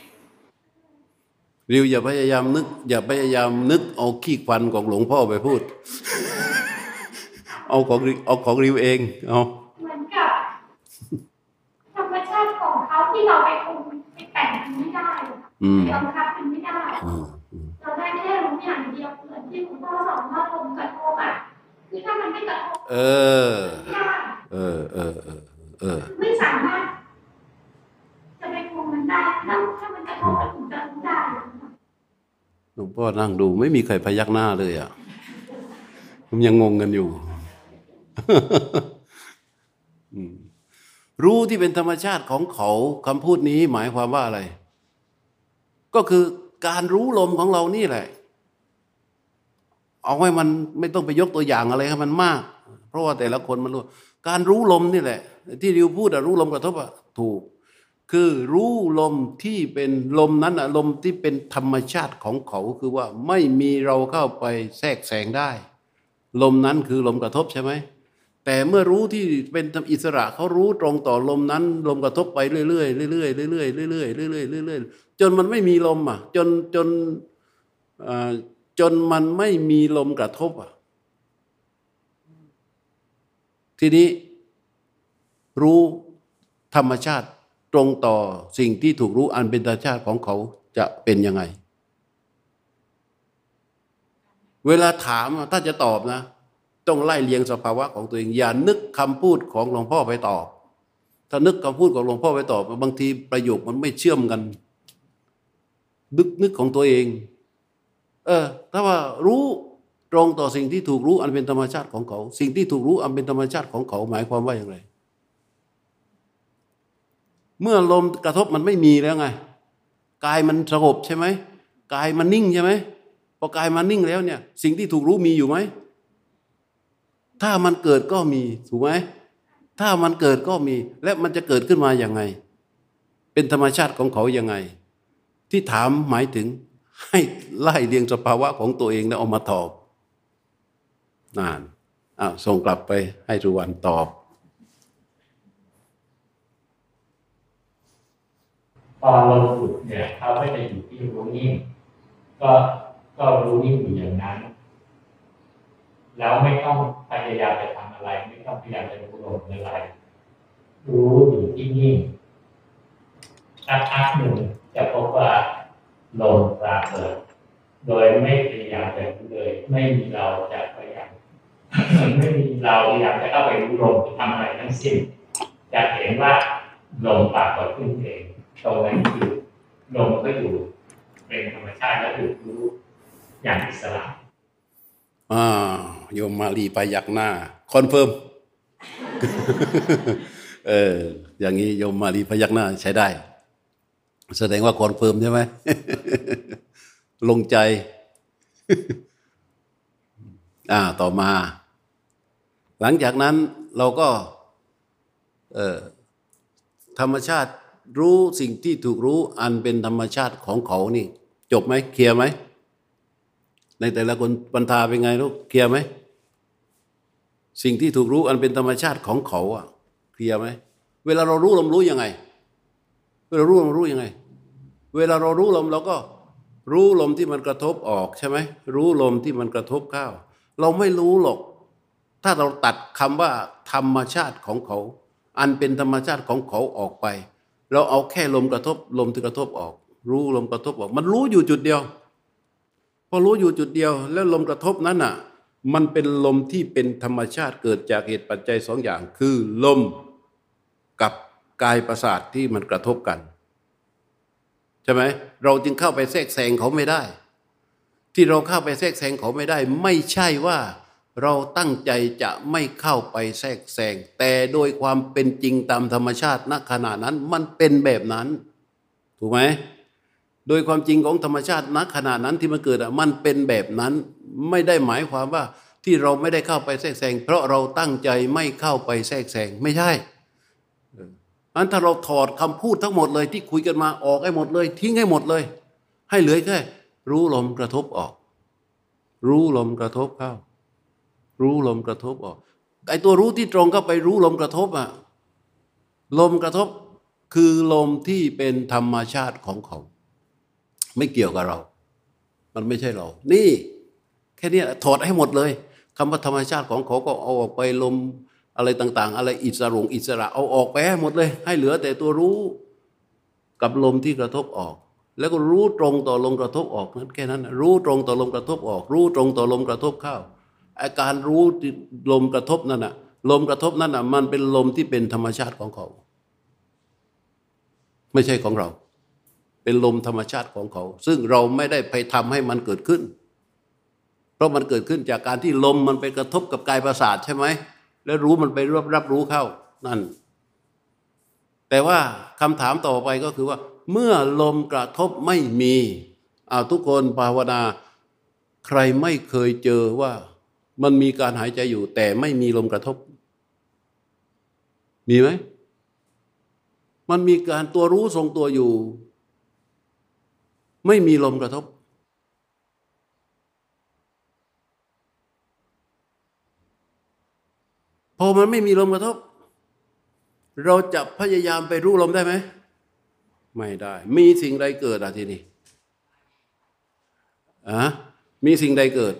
ริวอย่าพยายามนึกอย่าพยายามนึกเอาขี้ควันของหลวงพ่อไปพูดเอาของเอาของริวเองเอาเหมือนกับธรรมชาติของเขาที่เราไปคงไปแต่งมันไม่ได้บังคับมันไม่ได้เราได้แค่รู้อย่างเดียวเหมือนที่คุณพ่อสอนว่าลมกระทบอ่ะคือถ้ามันไม่กระทบเออเออเออเออเออไม่สามารถจะไปคุมมันได้แล้วถ้ามันกระทบมันถึงจะรู้ได้หลวงพ่อนั่งดูไม่มีใครพยักหน้าเลยอ่ะผมยังงงกันอยู่รู้ที่เป็นธรรมชาติของเขาคำพูดนี้หมายความว่าอะไรก็คือการรู้ลมของเรานี่แหละเอาไว้มันไม่ต้องไปยกตัวอย่างอะไรให้มันมากเพราะว่าแต่ละคนมันรู้การรู้ลมนี่แหละที่ริวพูดอะรู้ลมกระทบอะถูกคือรู้ลมที่เป็นลมนั้นอะลมที่เป็นธรรมชาติของเขาคือว่าไม่มีเราเข้าไปแทรกแซงได้ลมนั้นคือลมกระทบใช่ไหมแต่เมื่อรู้ที่เป็นอิสระเขารู้ตรงต่อลมนั้นลมกระทบไปเรื่อยๆเรื่อยๆเรื่อยๆเรื่อยๆเรื่อยๆเรื่อยๆจนมันไม่มีลมอ่ะจนจนจนมันไม่มีลมกระทบอ่ะทีนี้รู้ธรรมชาติตรงต่อสิ่งที่ถูกรู้อันเป็นธรรมชาติของเขาจะเป็นยังไงเวลาถามถ้าจะตอบนะต้องไล่เลียงสภาวะของตัวเองอย่านึกคำพูดของหลวงพ่อไปตอบถ้านึกคำพูดของหลวงพ่อไปตอบบางทีประโยคมันไม่เชื่อมกันนึกนึกของตัวเองเออถ้าว่ารู้ตรงต่อสิ่งที่ถูกรู้อันเป็นธรรมชาติของเขาสิ่งที่ถูกรู้อันเป็นธรรมชาติของเขาหมายความว่าอย่างไรเมื่อลมกระทบมันไม่มีแล้วไงกายมันสงบใช่ไหมกายมันนิ่งใช่ไหมพอกายมันนิ่งแล้วเนี่ยสิ่งที่ถูกรู้มีอยู่ไหมถ้ามันเกิดก็มีถูกไหมถ้ามันเกิดก็มีและมันจะเกิดขึ้นมาอย่างไงเป็นธรรมชาติของเขายังไงที่ถามหมายถึงให้ไล่เรียงสภาวะของตัวเองแล้วเอามาตอบนานอ้าวส่งกลับไปให้สุวรรณตอบตอนเราฝึกเนี่ยเขาไม่ได้อยู่ที่รู้นิ่งก็ก็รู้นิ่งอยู่อย่างนั้นแล้วไม่ต้องพยายามจะทำอะไรไม่ต้องพยายามจะรู้ลมอะไรรู้อยู่ที่นิ่งสักพักหนึ่งจะพบว่าลมปราเกิดโดยไม่พยายามจะรู้เลยไม่มีเราจะพยายามไม่มีเราพยายามจะเข้าไปรู้ลมทำอะไรทั้งสิ้นจะเห็นว่าลมปรากฏขึ้นเองตรงนั้นคือลมก็อยู่เป็นธรรมชาติและถูกรู้อย่างอิสระอ่าโยมมาลีไปยักหน้าคอนเฟิร์ม เอออย่างนี้โยมมาลีพยักหน้าใช้ได้แสดงว่าคอนเฟิร์มใช่ไหม ลงใจ อ่าต่อมาหลังจากนั้นเราก็เอ่อธรรมชาติรู้สิ่งที่ถูกรู้อันเป็นธรรมชาติของเขานี่จบไหมเคลียร์ไหมในแต่ละคนบรรทาเป็นไงลูกเคลียร์ไหมสิ่งที่ถูกรู้อันเป็นธรรมชาติของเขาอ่ะเคลียร์ไหมเวลาเรารู้เรารู้ยังไงเวลารู้เรารู้ยังไงเวลาเรารู้ลมเราก็รู้ลมที่มันกระทบออกใช่ไหมรู้ลมที่มันกระทบเข้าเราไม่รู้หรอกถ้าเราตัดคำว่าธรรมชาติของเขาอันเป็นธรรมชาติของเขาออกไปเราเอาแค่ลมกระทบลมที่กระทบออกรู้ลมกระทบออกมันรู้อยู่จุดเดียวพอรู้อยู่จุดเดียวแล้วลมกระทบนั้นน่ะมันเป็นลมที่เป็นธรรมชาติเกิดจากเหตุปัจจัยสองอย่างคือลมกับกายประสาทที่มันกระทบกันใช่ไหมเราจึงเข้าไปแทรกแซงเขาไม่ได้ที่เราเข้าไปแทรกแซงเขาไม่ได้ไม่ใช่ว่าเราตั้งใจจะไม่เข้าไปแทรกแซงแต่โดยความเป็นจริงตามธรรมชาติณขณะนั้นมันเป็นแบบนั้นถูกไหมโดยความจริงของธรรมชาติณขณะนั้นที่มันเกิดมันเป็นแบบนั้นไม่ได้หมายความว่าที่เราไม่ได้เข้าไปแทรกแซงเพราะเราตั้งใจไม่เข้าไปแทรกแซงไม่ใช่อันถ้าเราถอดคำพูดทั้งหมดเลยที่คุยกันมาออกให้หมดเลยทิ้งให้หมดเลยให้เหลือแค่รู้ลมกระทบออกรู้ลมกระทบเข้ารู้ลมกระทบออกไอ้ตัวรู้ที่ตรงเข้าไปรู้ลมกระทบอ่ะลมกระทบคือลมที่เป็นธรรมชาติของเขาไม่เกี่ยวกับเรามันไม่ใช่เรานี่แค่นี้ถอดให้หมดเลยคำว่าธรรมชาติของเขาก็เอาออกไปลมอะไรต่างๆอะไรอิสระอิสระเอาออกไปให้หมดเลยให้เหลือแต่ตัวรู้กับลมที่กระทบออกแล้วก็รู้ตรงต่อลมกระทบออกนั้นแค่นั้นรู้ตรงต่อลมกระทบออกรู้ตรงต่อลมกระทบเข้าอาการรู้ลมกระทบนั่นน่ะลมกระทบนั่นน่ะมันเป็นลมที่เป็นธรรมชาติของเขาไม่ใช่ของเราเป็นลมธรรมชาติของเขาซึ่งเราไม่ได้ไปทำให้มันเกิดขึ้นเพราะมันเกิดขึ้นจากการที่ลมมันไปกระทบกับกายประสาทใช่ไหมแล้วรู้มันไปรับรับรู้เข้านั่นแต่ว่าคำถามต่อไปก็คือว่าเมื่อลมกระทบไม่มีอ้าวทุกคนภาวนาใครไม่เคยเจอว่ามันมีการหายใจอยู่แต่ไม่มีลมกระทบมีไหมมันมีการตัวรู้ทรงตัวอยู่ไม่มีลมกระทบพอมันไม่มีลมกระทบเราจะพยายามไปรู้ลมได้ไหมไม่ได้มีสิ่งใดเกิดอ่ะทีนี้อ่ะมีสิ่งใดเกิด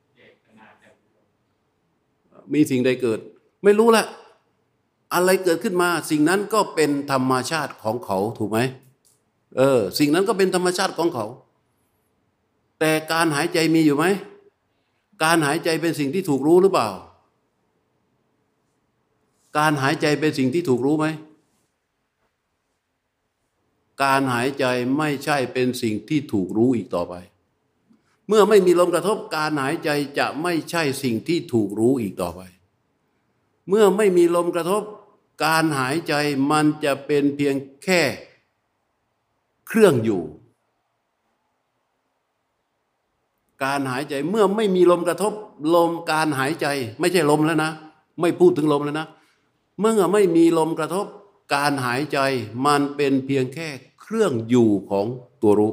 มีสิ่งใดเกิดไม่รู้ละอะไรเกิดขึ้นมาสิ่งนั้นก็เป็นธรรมชาติของเขาถูกไหมเออสิ่งนั้นก็เป็นธรรมชาติของเขาแต่การหายใจมีอยู่ไหมการหายใจเป็นสิ่งที่ถูกรู้หรือเปล่าการหายใจเป็นสิ่งที่ถูกรู้ไหมการหายใจไม่ใช่เป็นสิ่งที่ถูกรู้อีกต่อไปเมื่อไม่มีลมกระทบการหายใจจะไม่ใช่สิ่งที่ถูกรู้อีกต่อไปเมื่อไม่มีลมกระทบการหายใจมันจะเป็นเพียงแค่เครื่องอยู่การหายใจเมื่อไม่มีลมกระทบลมการหายใจไม่ใช่ลมแล้วนะไม่พูดถึงลมแล้วนะเมื่อไม่มีลมกระทบการหายใจมันเป็นเพียงแค่เครื่องอยู่ของตัวรู้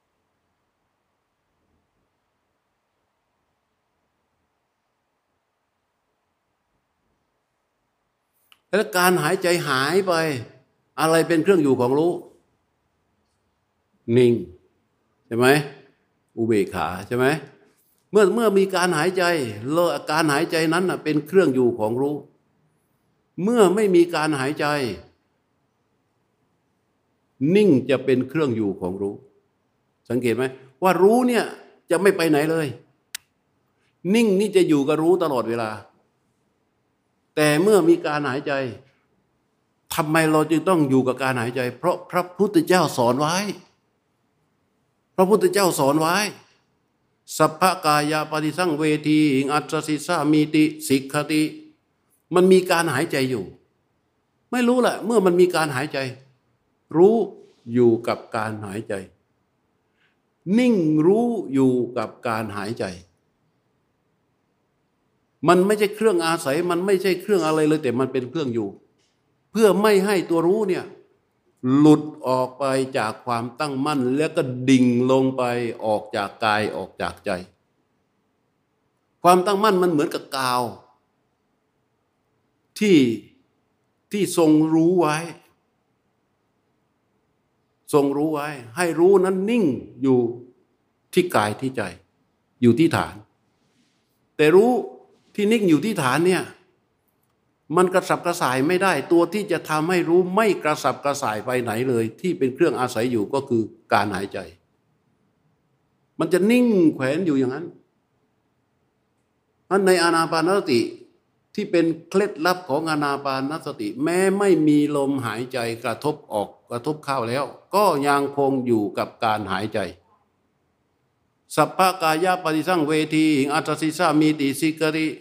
แล้วการหายใจหายไปอะไรเป็นเครื่องอยู่ของรู้นิ่งใช่ไหมอุเบกขาใช่ไหมเมื่อเมื่อมีการหายใจการหายใจนั้นเป็นเครื่องอยู่ของรู้เมื่อไม่มีการหายใจนิ่งจะเป็นเครื่องอยู่ของรู้สังเกตไหมว่ารู้เนี่ยจะไม่ไปไหนเลยนิ่งนี่จะอยู่กับรู้ตลอดเวลาแต่เมื่อมีการหายใจทำไมเราจึงต้องอยู่กับการหายใจเพราะพระพุทธเจ้าสอนไว้พระพุทธเจ้าสอนไว้สัพพกายาปฏิสังเวทีอัตถสิสามีติสิกขติมันมีการหายใจอยู่ไม่รู้แหละเมื่อมันมีการหายใจรู้อยู่กับการหายใจนิ่งรู้อยู่กับการหายใจมันไม่ใช่เครื่องอาศัยมันไม่ใช่เครื่องอะไรเลยแต่มันเป็นเครื่องอยู่เพื่อไม่ให้ตัวรู้เนี่ยหลุดออกไปจากความตั้งมั่นแล้วก็ดิ่งลงไปออกจากกายออกจากใจความตั้งมั่นมันเหมือนกับกาวที่ที่ทรงรู้ไว้ทรงรู้ไว้ให้รู้นั้นนิ่งอยู่ที่กายที่ใจอยู่ที่ฐานแต่รู้ที่นิ่งอยู่ที่ฐานเนี่ยมันกระสับกระส่ายไม่ได้ตัวที่จะทำให้รู้ไม่กระสับกระส่ายไปไหนเลยที่เป็นเครื่องอาศัยอยู่ก็คือการหายใจมันจะนิ่งแขวนอยู่อย่างนั้นในอานาปานสติที่เป็นเคล็ดลับของอานาปานสติแม้ไม่มีลมหายใจกระทบออกกระทบเข้าแล้วก็ยังคงอยู่กับการหายใจสัพพกายปฏิสังเวทีอัตถสิสามีติสิกขติ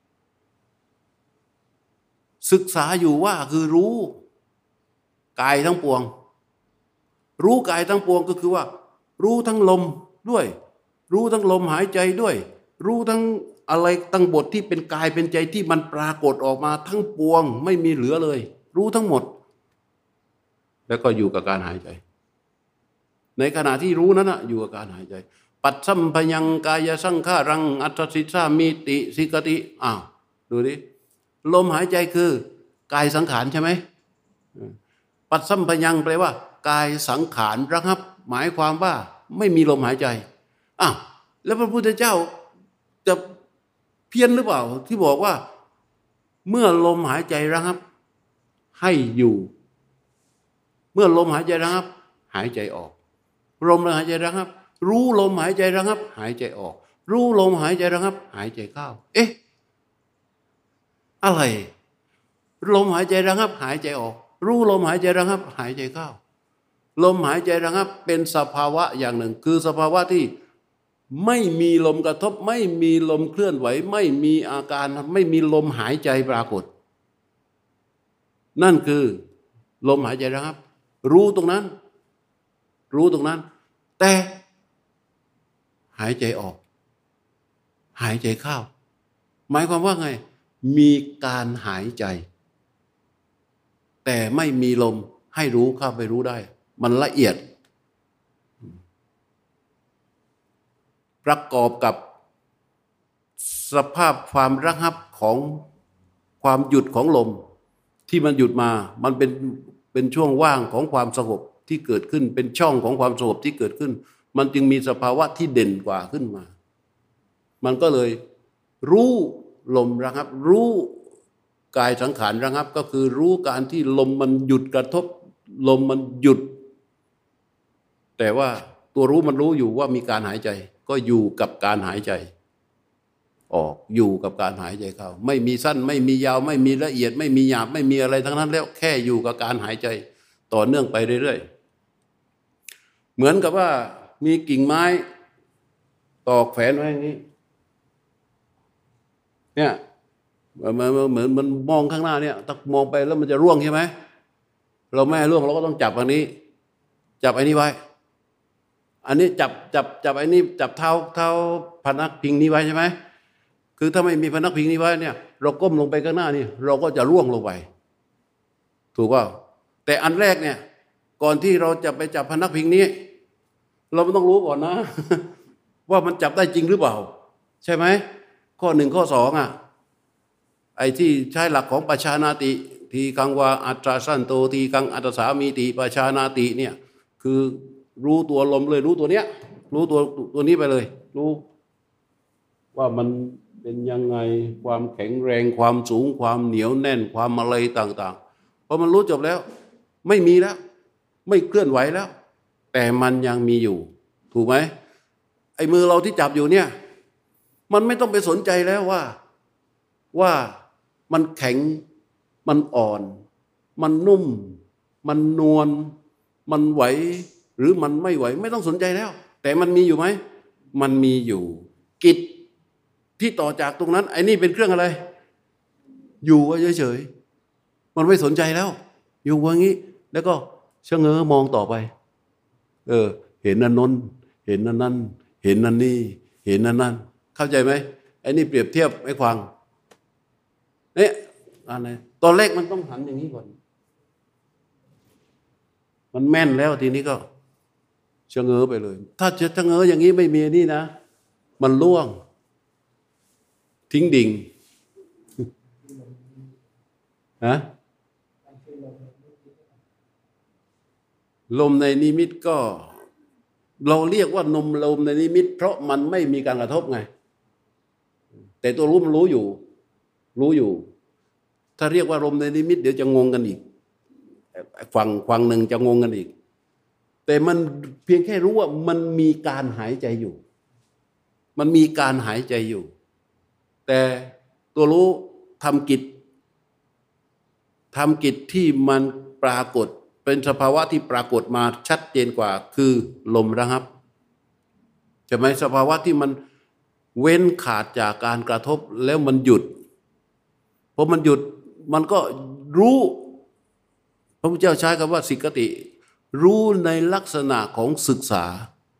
ศึกษาอยู่ว่าคือรู้กายทั้งปวงรู้กายทั้งปวงก็คือว่ารู้ทั้งลมด้วยรู้ทั้งลมหายใจด้วยรู้ทั้งอะไรตั้งบทที่เป็นกายเป็นใจที่มันปรากฏออกมาทั้งปวงไม่มีเหลือเลยรู้ทั้งหมดแล้วก็อยู่กับการหายใจในขณะที่รู้นั้นนะอยู่กับการหายใจปัจสัมพยังกายสังขารังอัตถสิสามีติสิกขติอ้าวดูดิลมหายใจคือกายสังขารใช่ไหมปัจสัมพยังแปลว่ากายสังขารระงับหมายความว่าไม่มีลมหายใจอ้าวแล้วพระพุทธเจ้าจะเพี้ยนหรือเปล่าที่บอกว่าเมื่อลมหายใจระงับให้อยู่เมื่อลมหายใจระงับหายใจออกลมหายใจระงับรู้ลมหายใจระงับหายใจออกรู้ลมหายใจระงับหายใจเข้าเอ๊ะอะไรลมหายใจระงับหายใจออกรู้ลมหายใจระงับหายใจเข้าลมหายใจระงับเป็นสภาวะอย่างหนึ่งคือสภาวะที่ไม่มีลมกระทบไม่มีลมเคลื่อนไหวไม่มีอาการไม่มีลมหายใจปรากฏนั่นคือลมหายใจระงับรู้ตรงนั้นรู้ตรงนั้นแต่หายใจออกหายใจเข้าหมายความว่าไงมีการหายใจแต่ไม่มีลมให้รู้เข้าไปรู้ได้มันละเอียดประกอบกับสภาพความระงับของความหยุดของลมที่มันหยุดมามันเป็นเป็นช่วงว่างของความสงบที่เกิดขึ้นเป็นช่องของความสงบที่เกิดขึ้นมันจึงมีสภาวะที่เด่นกว่าขึ้นมามันก็เลยรู้ลมระงับรู้กายสังขารระงับก็คือรู้การที่ลมมันหยุดกระทบลมมันหยุดแต่ว่าตัวรู้มันรู้อยู่ว่ามีการหายใจก็อยู่กับการหายใจออกอยู่กับการหายใจเข้าไม่มีสั้นไม่มียาวไม่มีละเอียดไม่มีหยาบไม่มีอะไรทั้งนั้นแล้วแค่อยู่กับการหายใจต่อเนื่องไปเรื่อยๆเหมือนกับว่ามีกิ่งไม้ตอกแฝนไว้อย่างนี้เนี่ยเหมือนเหมือนมันมองข้างหน้าเนี่ยถ้ามองไปแล้วมันจะร่วงใช่ไหมเราไม่ให้ร่วงเราก็ต้องจับอันนี้จับอันนี้ไว้อันนี้จับจับจับอันนี้จับเท้าเท้าพนักพิงนี้ไว้ใช่ไหมคือถ้าไม่มีพนักพิงนี้ไว้เนี่ยเราก้มลงไปข้างหน้านี่เราก็จะร่วงลงไปถูกป่ะแต่อันแรกเนี่ยก่อนที่เราจะไปจับพนักพิงนี้เราต้องรู้ก่อนนะว่ามันจับได้จริงหรือเปล่าใช่ไหมข้อหนึ่งข้อสองอ่ะไอ้ที่ใช้หลักของปัจฉานาติทีกังวาอัตราสั้นโตทีกังอัตสามีติปัจฉานาติเนี่ยคือรู้ตัวลมเลยรู้ตัวเนี้ยรู้ตัวตัวนี้ไปเลยรู้ว่ามันเป็นยังไงความแข็งแรงความสูงความเหนียวแน่นความอะไรต่างๆพอมันรู้จบแล้วไม่มีแล้วไม่เคลื่อนไหวแล้วแต่มันยังมีอยู่ถูกไหมไอ้มือเราที่จับอยู่เนี่ยมันไม่ต้องไปสนใจแล้วว่าว่ามันแข็งมันอ่อนมันนุ่มมันนวลมันไหวหรือมันไม่ไหวไม่ต้องสนใจแล้วแต่มันมีอยู่ไหมมันมีอยู่กิจที่ต่อจากตรงนั้นไอ้นี่เป็นเครื่องอะไรอยู่ไว้เฉยๆมันไม่สนใจแล้วอยู่อย่างนี้แล้วก็ชะเง้อมองต่อไปเออเห็นนั่นนนเห็นนั่นนั่นเห็นนั่นนี่เห็นนั่นนั่นเข้าใจไหมไอ้นี่เปรียบเทียบไอ้ควางเนี่ยอะไรตอนแรกมันต้องหันอย่างนี้ก่อนมันแม่นแล้วทีนี้ก็ชะเง้อไปเลยถ้าจะชะเง้ออย่างนี้ไม่มีนี่นะมันล่วงทิ้งดิ่งฮะลมในนิมิตก็เราเรียกว่านมลมในนิมิตเพราะมันไม่มีการกระทบไงแต่ตัวรู้มันรู้อยู่รู้อยู่ถ้าเรียกว่าลมในนิมิตเดี๋ยวจะงงกันอีกฝั่งฝั่งหนึ่งจะงงกันอีกแต่มันเพียงแค่รู้ว่ามันมีการหายใจอยู่มันมีการหายใจอยู่แต่ตัวรู้ทำกิจทำกิจที่มันปรากฏเป็นสภาวะที่ปรากฏมาชัดเจนกว่าคือลมระงับใช่ไหมสภาวะที่มันเว้นขาดจากการกระทบแล้วมันหยุดพอมันหยุดมันก็รู้พระพุทธเจ้าใช้คำว่าสิกติรู้ในลักษณะของศึกษา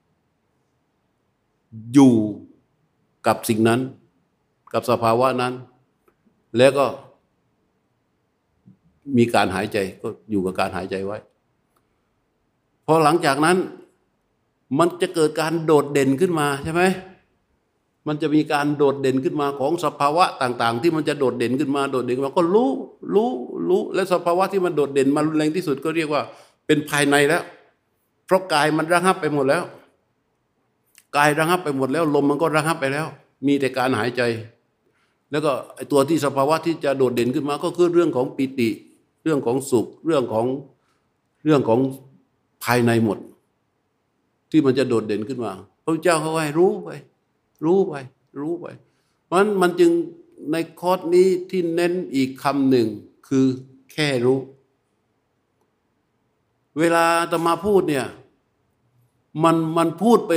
อยู่กับสิ่งนั้นกับสภาวะนั้นแล้วก็มีการหายใจก็อยู่กับการหายใจไว้พอหลังจากนั้นมันจะเกิดการโดดเด่นขึ้นมาใช่ไหมมันจะมีการโดดเด่นขึ้นมาของสภาวะต่างๆที่มันจะโดดเด่นขึ้นมาโดดเด่นขึ้นมาก็รู้รู้รู้และสภาวะที่มันโดดเด่นมารุนแรงที่สุดก็เรียกว่าเป็นภายในแล้วเพราะกายมันระงับไปหมดแล้วกายระงับไปหมดแล้วลมมันก็ระงับไปแล้วมีแต่การหายใจแล้วก็ไอ้ตัวที่สภาวะที่จะโดดเด่นขึ้นมาก็คือเรื่องของปิติเรื่องของสุขเรื่องของเรื่องของภายในหมดที่มันจะโดดเด่นขึ้นมาพระพุทธเจ้าเขาให้รู้ไปรู้ไปรู้ไปเพราะฉะนั้นมันจึงในคอร์สนี้ที่เน้นอีกคำหนึ่งคือแค่รู้เวลาอาตมาพูดเนี่ยมันมันพูดไป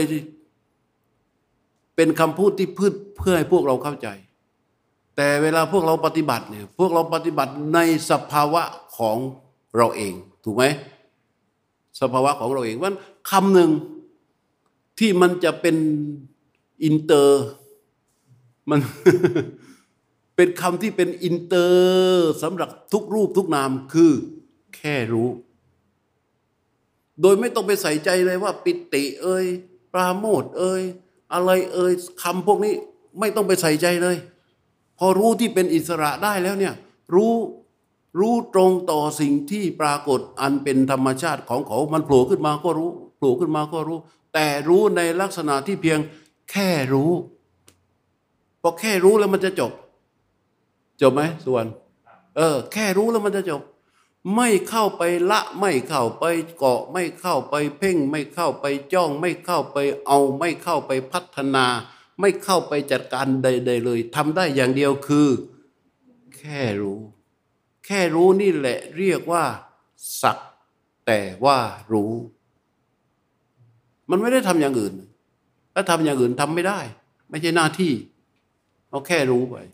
เป็นคำพูดที่พืชเพื่อให้พวกเราเข้าใจแต่เวลาพวกเราปฏิบัติเนี่ยพวกเราปฏิบัติในสภาวะของเราเองถูกไหมสภาวะของเราเองว่าคำหนึ่งที่มันจะเป็นอินเตอร์มัน เป็นคำที่เป็นอินเตอร์สำหรับทุกรูปทุกนามคือแค่รู้โดยไม่ต้องไปใส่ใจเลยว่าปิติเอ่ยปราโมทย์เอ่ยอะไรเอ่ยคำพวกนี้ไม่ต้องไปใส่ใจเลยพอรู้ที่เป็นอิสระได้แล้วเนี่ยรู้รู้ตรงต่อสิ่งที่ปรากฏอันเป็นธรรมชาติของเขามันโผล่ขึ้นมาก็รู้โผล่ขึ้นมาก็รู้แต่รู้ในลักษณะที่เพียงแค่รู้พอแค่รู้แล้วมันจะจบจบไหมส่วนเออแค่รู้แล้วมันจะจบไม่เข้าไปละไม่เข้าไปเกาะไม่เข้าไปเพ่งไม่เข้าไปจ้องไม่เข้าไปเอาไม่เข้าไปพัฒนาไม่เข้าไปจัดการใดๆเลยทำได้อย่างเดียวคือแค่รู้แค่รู้นี่แหละเรียกว่าสักแต่ว่ารู้มันไม่ได้ทำอย่างอื่นถ้าทำอย่างอื่นทำไม่ได้ไม่ใช่หน้าที่เอาแค่รู้ไป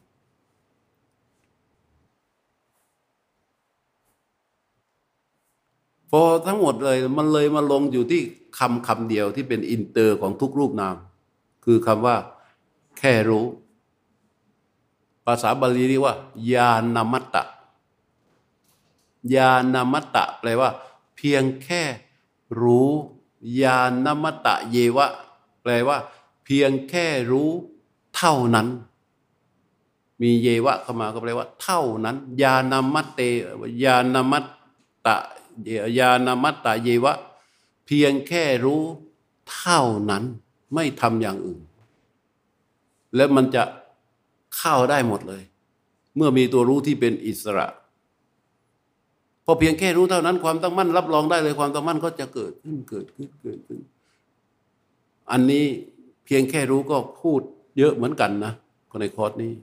พอทั้งหมดเลยมันเลยมาลงอยู่ที่คำคำเดียวที่เป็นอินเตอร์ของทุกรูปนามคือคำว่าแค่รู้ภาษาบาลีเรียกว่าญาณมัตตะญาณมัตตะแปลว่าเพียงแค่รู้ญาณมัตตะเยวะแปลว่าเพียงแค่รู้เท่านั้นมีเยวะเข้ามาก็แปลว่าเท่านั้นญาณมัตเตญาณมัตตะญาณมัตตะเยวะเพียงแค่รู้เท่านั้นไม่ทำอย่างอื่นแล้วมันจะเข้าได้หมดเลยเมื่อมีตัวรู้ที่เป็นอิสระพอเพียงแค่รู้เท่านั้นความตั้งมั่นรับรองได้เลยความตั้งมั่นก็จะเกิดขึ้นเกิดขึ้นเกิดขึ้นอันนี้เพียงแค่รู้ก็พูดเยอะเหมือนกันนะในคอร์สนี้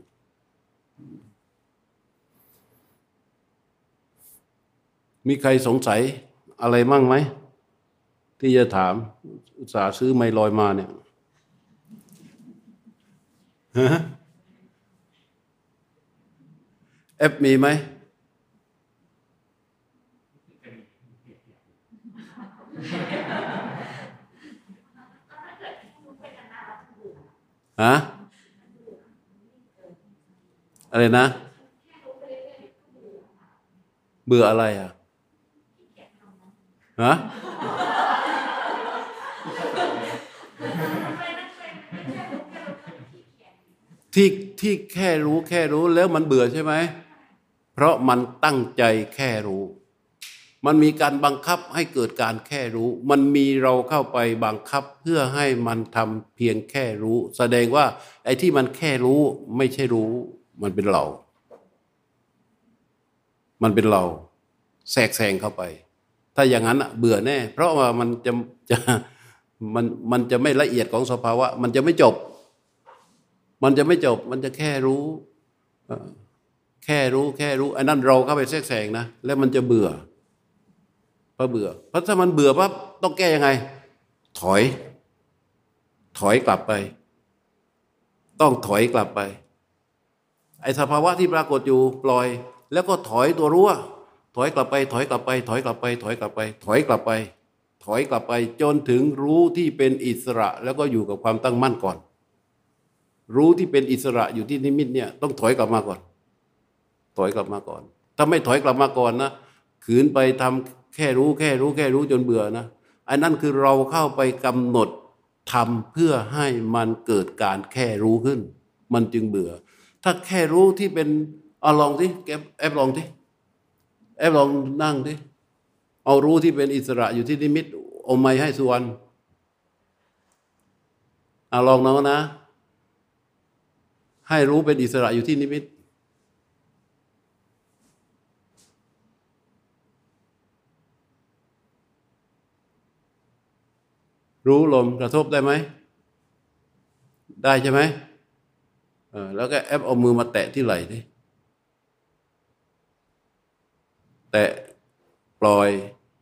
มีใครสงสัยอะไรมั่งไหมที่จะถามอุตส่าห์ซื้อไมลอยมาเนี่ยฮะแอปมีไหมฮะอะไรนะเบื่ออะไรอ่ะฮะที่ที่แค่รู้แค่รู้แล้วมันเบื่อใช่ไหมเพราะมันตั้งใจแค่รู้มันมีการบังคับให้เกิดการแค่รู้มันมีเราเข้าไปบังคับเพื่อให้มันทำเพียงแค่รู้แสดงว่าไอ้ที่มันแค่รู้ไม่ใช่รู้มันเป็นเรามันเป็นเราแทรกแซงเข้าไปถ้าอย่างนั้นเบื่อแน่เพราะว่ามันจะจะมันมันจะไม่ละเอียดของสภาวะมันจะไม่จบมันจะไม่จบมันจะแค่รู้แค่รู้แค่รู้ไอ้นั่นเราเข้าไปแทรกแซงนะแล้วมันจะเบื่อเพราะเบื่อเพราะถ้ามันเบื่อปั๊บต้องแก้ยังไงถอยถอยกลับไปต้องถอยกลับไปไอ้สภาวะที่ปรากฏอยู่ปล่อยแล้วก็ถอยตัวรู้ถอยกลับไปถอยกลับไปถอยกลับไปถอยกลับไปถอยกลับไปถอยกลับไปจนถึงรู้ที่เป็นอิสระแล้วก็อยู่กับความตั้งมั่นก่อนรู้ที่เป็นอิสระอยู่ที่นิมิตเนี่ยต้องถอยกลับมาก่อนถอยกลับมาก่อนถ้าไม่ถอยกลับมาก่อนนะขืนไปทำแค่รู้แค่รู้แค่รู้จนเบื่อนะอันนั้นคือเราเข้าไปกำหนดทำเพื่อให้มันเกิดการแค่รู้ขึ้นมันจึงเบื่อถ้าแค่รู้ที่เป็นเอาลองสิแอปแอปลองสิแอปลองนั่งสิเอารู้ที่เป็นอิสระอยู่ที่นิมิตเอาไม้ให้สุวรรณเอาลองน้องนะให้รู้เป็นอิสระอยู่ที่นิมิตรู้ลมกระทบได้ไหมได้ใช่ไหมเออแล้วก็แอปเอามือมาแตะที่ไหล่ดิแตะปล่อย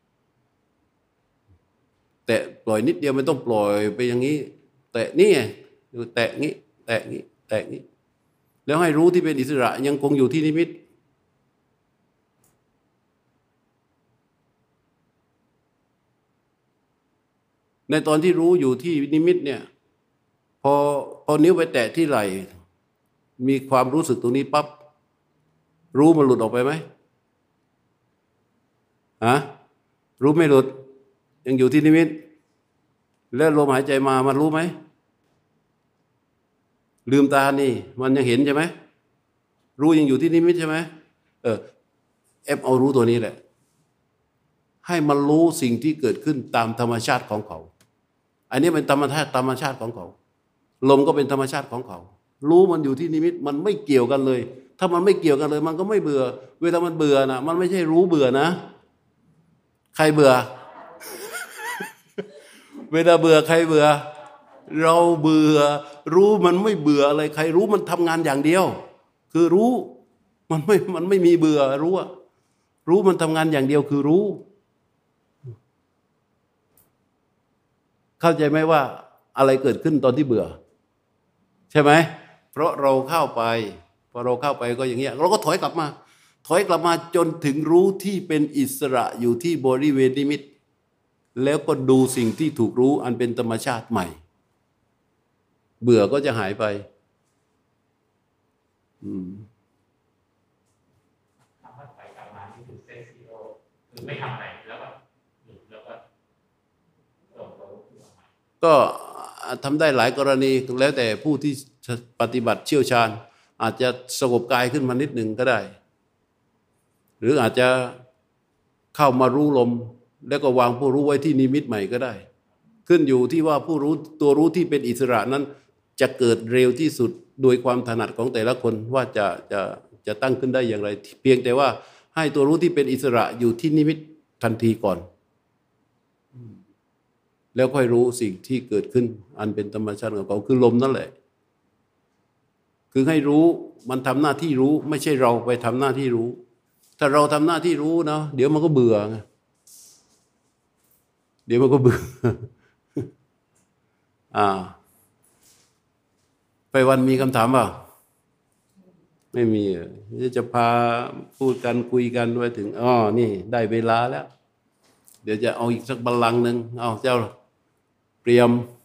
แตะปล่อยนิดเดียวไม่ต้องปล่อยไปอย่างนี้แตะนี่ไงแตะงี้แตะงี้แตะงี้แล้วให้รู้ที่เป็นอิสระยังคงอยู่ที่นิมิตในตอนที่รู้อยู่ที่นิมิตเนี่ยพอพอนิ้วไปแตะที่ไหล่มีความรู้สึกตรงนี้ปั๊บรู้มันหลุดออกไปไหมฮะรู้ไม่หลุดยังอยู่ที่นิมิตแล้วลมหายใจมามันรู้ไหมลืมตานี่มันยังเห็นใช่ไหมรู้ยังอยู่ที่นิมิตใช่ไหมเออเอฟเอารู้ตัวนี้แหละให้มันรู้สิ่งที่เกิดขึ้นตามธรรมชาติของเขาอันนี้เป็นธรรมชาติธรรมชาติของเขาลมก็เป็นธรรมชาติของเขารู้มันอยู่ที่นิมิตมันไม่เกี่ยวกันเลยถ้ามันไม่เกี่ยวกันเลยมันก็ไม่เบื่อเวลามันเบื่อนะมันไม่ใช่รู้เบื่อนะใครเบื่อ เวลาเบื่อใครเบื่อเราเบื่อรู้มันไม่เบื่ออะไรใครรู้มันทำงานอย่างเดียวคือรู้มันไม่มันไม่มีเบื่อรู้อะรู้มันทำงานอย่างเดียวคือรู้เข้าใจไหมว่าอะไรเกิดขึ้นตอนที่เบื่อใช่ไหมเพราะเราเข้าไปพอเราเข้าไปก็อย่างเงี้ยเราก็ถอยกลับมาถอยกลับมาจนถึงรู้ที่เป็นอิสระอยู่ที่บริเวณนิมิตแล้วก็ดูสิ่งที่ถูกรู้อันเป็นธรรมชาติใหม่เบื่อก็จะหายไปอืมทำไปกลับมาที่คือเซตซีโร่คือไม่ทำอะไรแล้วก็หยุดแล้วก็ลงตัวขึ้นมาก็ทำได้หลายกรณีแล้วแต่ผู้ที่ปฏิบัติเชี่ยวชาญอาจจะสงบกายขึ้นมานิดหนึ่งก็ได้หรืออาจจะเข้ามารู้ลมแล้วก็วางผู้รู้ไว้ที่นิมิตใหม่ก็ได้ขึ้นอยู่ที่ว่าผู้รู้ตัวรู้ที่เป็นอิสระนั้นจะเกิดเร็วที่สุดโดยความถนัดของแต่ละคนว่าจะจะจะตั้งขึ้นได้อย่างไรเพียงแต่ว่าให้ตัวรู้ที่เป็นอิสระอยู่ที่นิมิตทันทีก่อนแล้วค่อยรู้สิ่งที่เกิดขึ้นอันเป็นธรรมชาติของเขาคือลมนั่นแหละคือให้รู้มันทำหน้าที่รู้ไม่ใช่เราไปทำหน้าที่รู้ถ้าเราทำหน้าที่รู้นะเดี๋ยวมันก็เบื่อไงเดี๋ยวมันก็เบื่อ อ่าไปวันมีคำถามเปล่าไม่มีจะพาพูดกันคุยกันไว้ถึงอ๋อนี่ได้เวลาแล้วเดี๋ยวจะเอาอีกสักบัลลังก์หนึ่งเอาเจ้าเตรียม